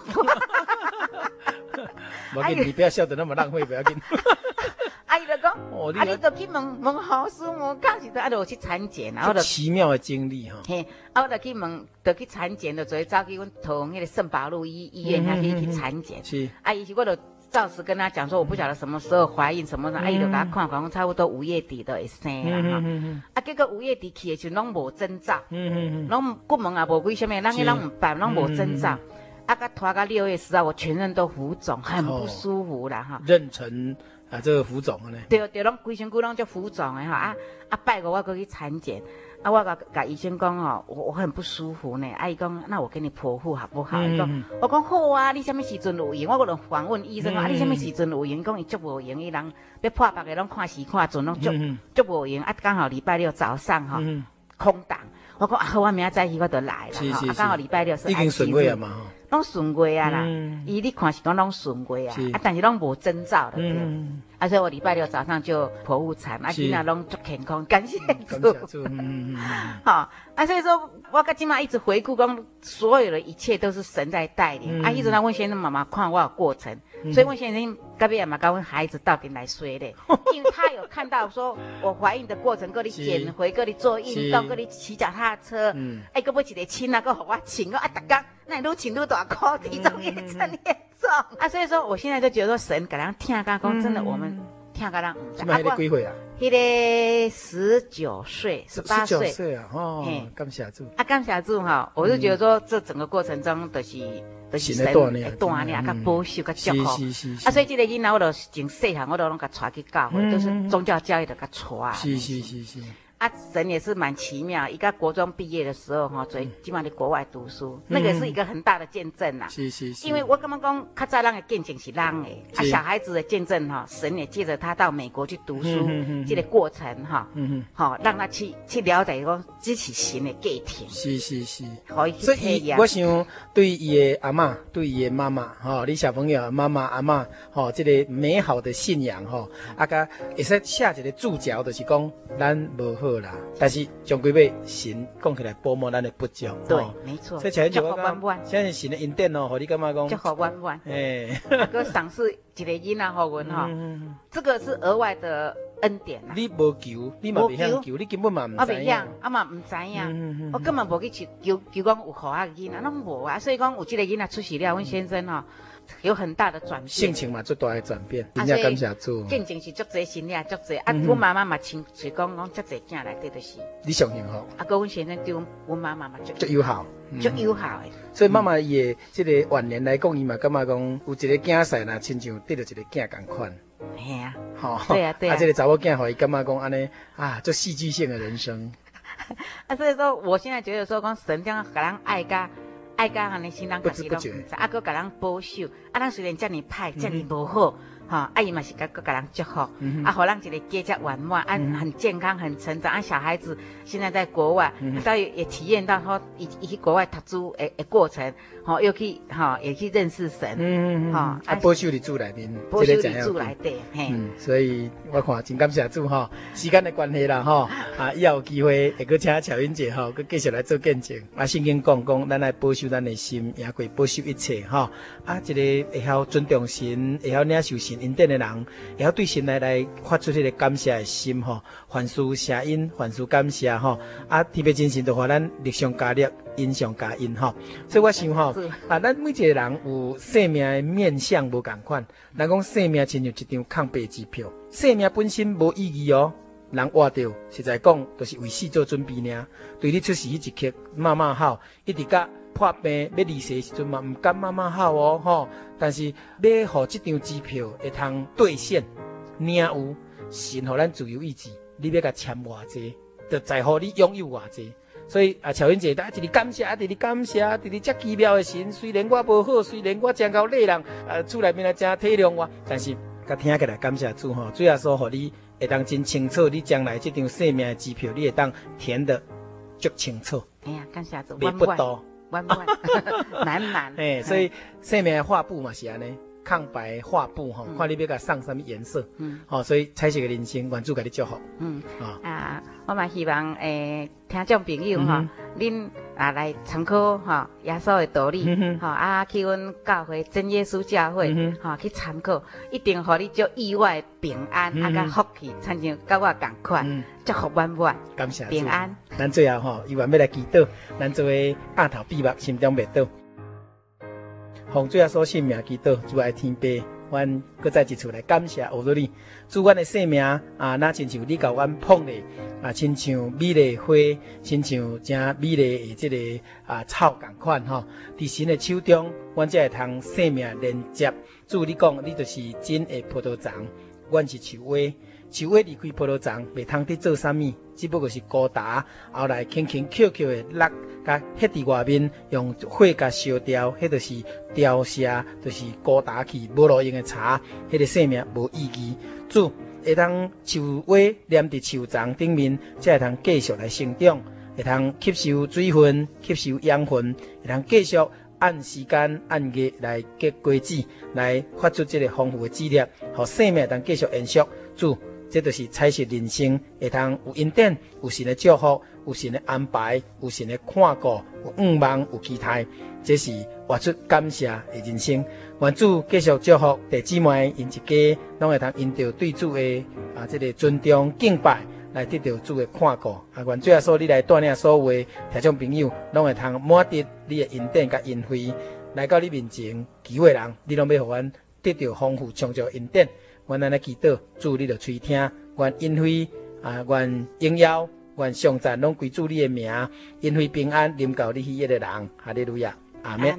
不要紧，你不要笑得那么浪费，不要紧。 啊，伊就讲，你就去问护士，问讲是啊，就去产检，然后就奇妙的经历哈。 嘿，我就去问，就去产检，就做走去阮桃园迄个圣保路医院遐去产检。是，啊，伊是我就照实跟他讲说，我不晓得什么时候怀孕什么的，啊，伊就给他看，讲差不多5月底都会生啦哈。啊，结果5月底去的时候拢无征兆，拢骨门也无几什么，咱迄拢唔办，拢无征兆。啊，甲拖到6月10号，我全身都浮肿，很不舒服啦哈。 妊娠啊，这个浮肿呢？ 对，拢规身躯拢就浮肿的哈。拜5我过去产检，啊，我甲医生讲哦，我很不舒服呢。伊讲，那我给你剖腹好不好？伊讲，我讲好啊，你什么时阵有闲？我就访问医生讲，你什么时阵有闲？伊讲伊足无闲，伊人要破腹的拢看时看准，拢足无闲。啊，刚好礼拜6早上哈，空档。我讲好，我明仔载去我就来了哈。刚好礼拜6是已经顺位了嘛？ 拢顺过啊啦，伊你看是讲拢顺过啊，但是拢无征兆的对。所以我礼拜六早上就剖腹产，囡仔拢足健康，感谢主。好，所以说我到今嘛一直回顾讲，所有的一切都是神在带领。一直让温先生妈妈看我的过程，所以温先生隔壁嘛跟温孩子到底来说嘞，因为他有看到说我怀孕的过程，搁你减肥，搁你做运动，搁你骑脚踏车，搁要一个亲搁互我亲，逐天那愈亲愈大块，体重越增越重。所以说我现在就觉得说神给人听讲真的我们。听个人唔知， 那个几岁啊？ 迄个19岁、18岁。 19岁啊，感谢主。 感谢主哈，我就觉得说，这整个过程中都是神的锻炼、甲保守、甲祝福。所以这个囡仔我都从细汉我都拢甲带去教会，都是宗教教育的甲带。是。神也是蛮奇妙，一个国中毕业的时候哈，所以基本上在国外读书，那个是一个很大的见证呐。是。因为我刚刚讲，较早人的见证是人的，小孩子的见证哈，神也借着他到美国去读书，这个过程哈，让他去了解讲这是神的家庭。是。可以去体验。 所以我想对伊的阿嬷，对伊的妈妈，你小朋友妈妈阿嬷，这个美好的信仰甲会使下一个注脚，就是讲咱无好。但是终归要神讲起来补满咱的不足， 对，没错。 所以前就我讲，现在神的恩典互你感觉讲， 就好弯弯，个赏赐一个囡仔好运这个是额外的恩典你无求，你嘛袂晓求，你根本嘛唔知影， 嘛唔知影，我根本无去求讲有好囡仔，拢无啊。所以讲有这个囡仔出世了，阮先生有很大的转变， 性情嘛，最大的转变，真正感谢主。 见证是足侪神也足侪，阮妈妈嘛亲嘴讲足侪囝内底都是。 你上幸福。 阮先生对阮妈妈嘛足友好， 足友好的。 所以妈妈伊的这个晚年来讲，伊嘛感觉讲有一个囝婿啦，亲像得到一个囝同款。 嘿啊， 对啊。这个查某囝，互伊感觉讲安尼做戏剧性的人生。 所以说，我现在觉得说，讲神这样给人爱安尼心人家己拢唔知，搁给人保守，咱虽然遮尔歹，遮尔无好，伊嘛是搁给人祝福，互咱一个家遮圆满，很健康，很成长。小孩子现在在国外，到也体验到说，伊去国外读书的过程，又去也去认识神， 保守伫主内面， 保守伫主内底， 所以我看真感谢主时间的关系啦以后有机会会搁请乔英姐搁继续来做见证。圣经讲咱来保守咱的心，也可以保守一切一个会晓尊重神，会晓领受神恩典的人，会晓对神来发出这个感谢的心凡事谢恩，凡事感谢特别真神就互咱力上加力，恩上加恩所以我想咱每一个人有生命的面向无同款，人讲生命亲像一张空白支票，生命本身无意义人活着实在讲就是为死做准备尔，对你出世迄一刻慢慢好，一直到破病要离世的时阵嘛，唔敢慢慢好但是要互这张支票会通兑现，领有神互咱自由意志，你要甲签偌济，就在乎你拥有偌济。所以乔英姐，大家一直感谢，一直感谢，一直遮奇妙的神。虽然我无好，虽然我真够累人，厝内面来真体谅我，但是甲听起来感谢主主要说互你会当真清楚，你将来这张生命的支票，你会当填得足清楚。 哎呀，感谢主， 袂不多。 弯难所以生命的画布嘛是安尼，空白画布看你要甲送什么颜色，所以彩色的人生，愿主甲你祝福。 我嘛希望听众朋友恁来参考耶稣的道理，去阮教会真耶稣教会去参考，一定互你足意外平安甲福气，亲像甲我同款，祝福满满， 感谢平安。 咱最后伊愿要来祈祷，咱做为额头闭目，心中袂倒，奉最后所信命祈祷，主爱天父。阮搁再一次来感谢欧罗你，祝阮的生命那亲像你甲阮捧的亲像美丽花，亲像真美丽的这个草同款伫神的手中，阮才会通生命连接。主你讲，你就是真的葡萄园，阮是树花，树花离开葡萄园，袂通伫做啥物，只不过是高大，后来轻轻翘翘的落，甲迄伫外面用火甲烧掉，迄就是凋谢，就是高大去无路用的茶，迄个生命无意义。主会当树花黏伫树丛顶面，才会通继续来生长，会通吸收水分，吸收养分，会通继续按时间按月来结果子，来发出这个丰富的资料，让生命能继续延续。主，这就是彩色人生，会通有恩典，有神的祝福，有神的安排，有神的看顾，有愿望，有期待。这是活出感谢的人生。愿主继续祝福弟姊妹，因一家拢会通因着对主的这个尊重敬拜，来得到主的看顾。愿最后所你来带领所有的听众朋友，拢会通满得你的恩典甲恩惠，来到你面前，祈祷人，你拢要互阮得到丰富充足的恩典。愿咱来祈祷，主你就垂听，愿恩惠愿荣耀，愿颂赞拢归主你的名，恩惠平安临到你喜悦的人。哈利路亚，阿们。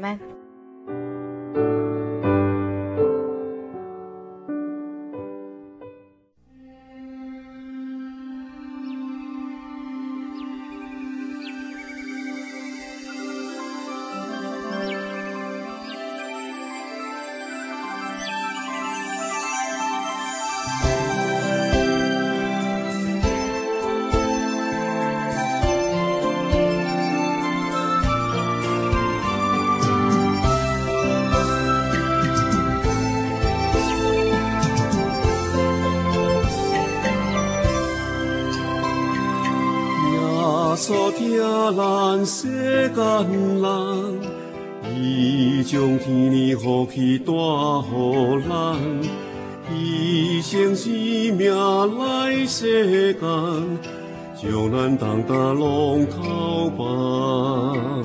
咱世间人，伊将天理福气带予咱，以生生命来世间，将咱重担拢头放。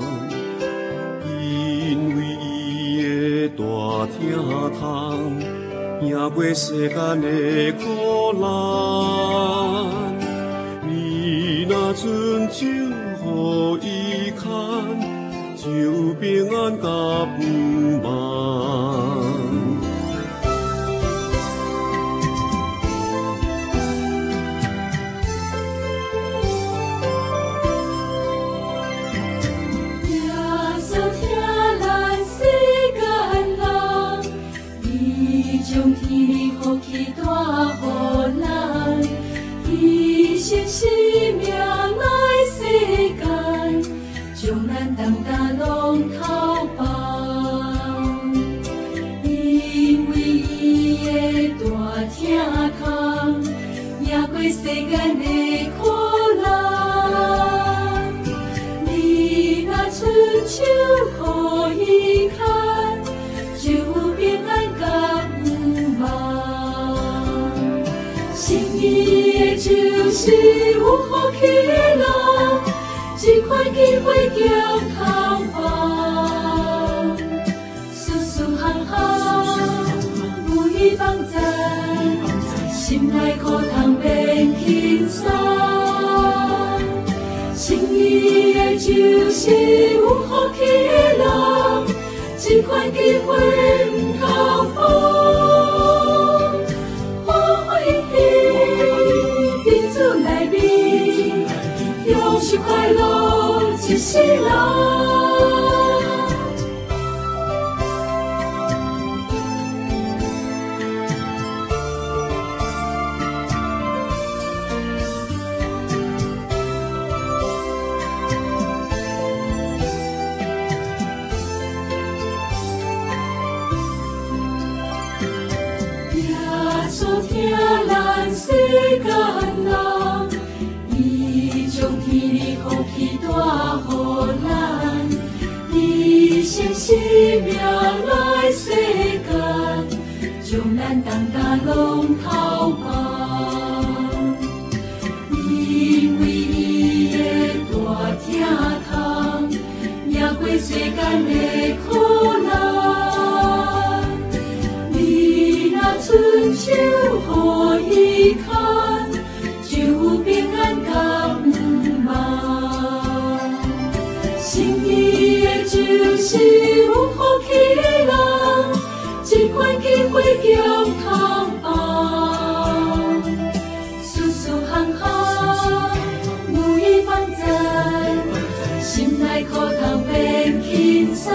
因为伊的大疼痛，赢过世间的苦难，你若遵守。予伊看，就平安甲不忘。 耶稣听咱世间人，伊将天理福气带予咱，伊生生命来世间。将咱重担拢头放，因为伊的大疼痛，赢过世间的苦难。你若伸手予伊看，就有平安甲不忘。信伊的就是有福气的人。这款机会叫头放，事事行行有伊帮助，心内苦痛变轻松。信伊的就是有福气的人，这款机会唔头放。欢喜伫主内面，永续快乐一世人。耶稣听咱世间人，伊将天理福气带予咱，伊生生命来世间，将咱重担拢头放。因为伊的大疼痛，赢过世间的苦难。你若伸手予伊看，就有平安甲不忘。信伊的就是有福气的人，这款机会叫头放。事事行行有伊帮助，心内苦痛变轻松。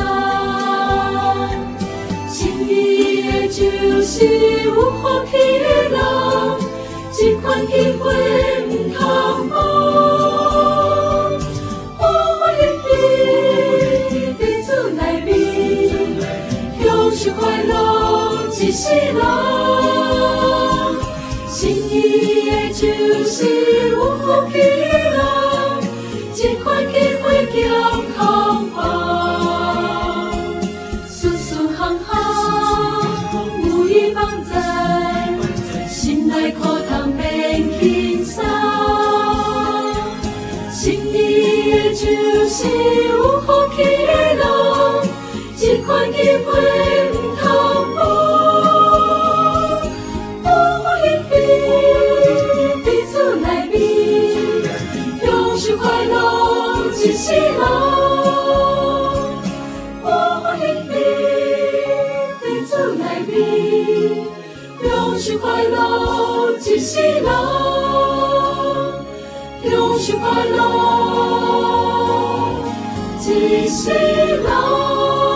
信伊的就是有福气的人，这款机会唔通放。欢喜伫主内面， 就是有福气的人，这款机会唔通无。欢欢喜喜，彼此来比，享受快乐一世人。欢欢喜喜，彼此来比，享受快乐一世人。享受快乐一世人。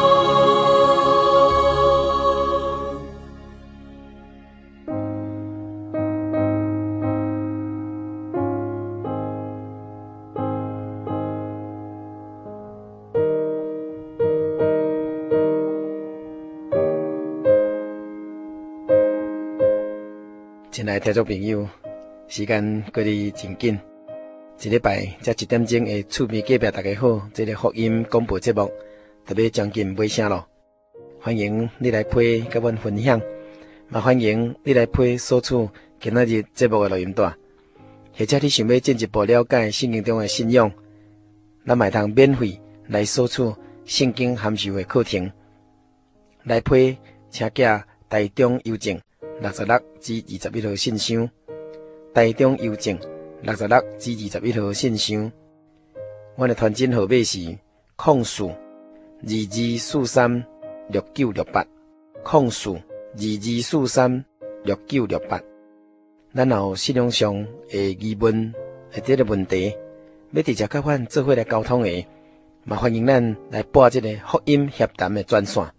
亲爱的听众朋友，时间过得真紧。一礼拜才1点钟的厝边隔壁大家好，这个福音广播节目特别将近尾声咯。欢迎你来陪甲阮分享，也欢迎你来陪索取今仔日节目的录音带。或者你想要进一步了解圣经中的信仰，咱嘛通免费来索取圣经函授的课程。来陪请寄台中邮政66至21号信箱，台中邮政66至21号信箱。阮的传真号码是0422436968，0422436968。咱有信仰上的疑问或者个问题，要直接甲阮做伙来沟通的，嘛欢迎咱来拨这个福音协谈的专线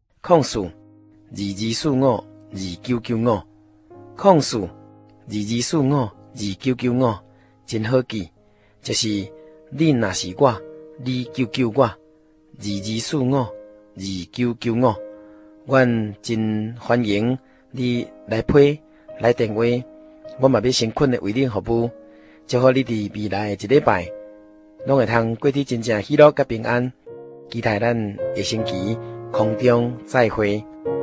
，0422452995，0422452995，真好记，就是你若是我，你救救我，22452995，阮真欢迎你来批来电话，我嘛要诚恳的为你服务，祝福你伫未来的一礼拜，拢会通过得真正喜乐甲平安，期待咱下星期空中再会。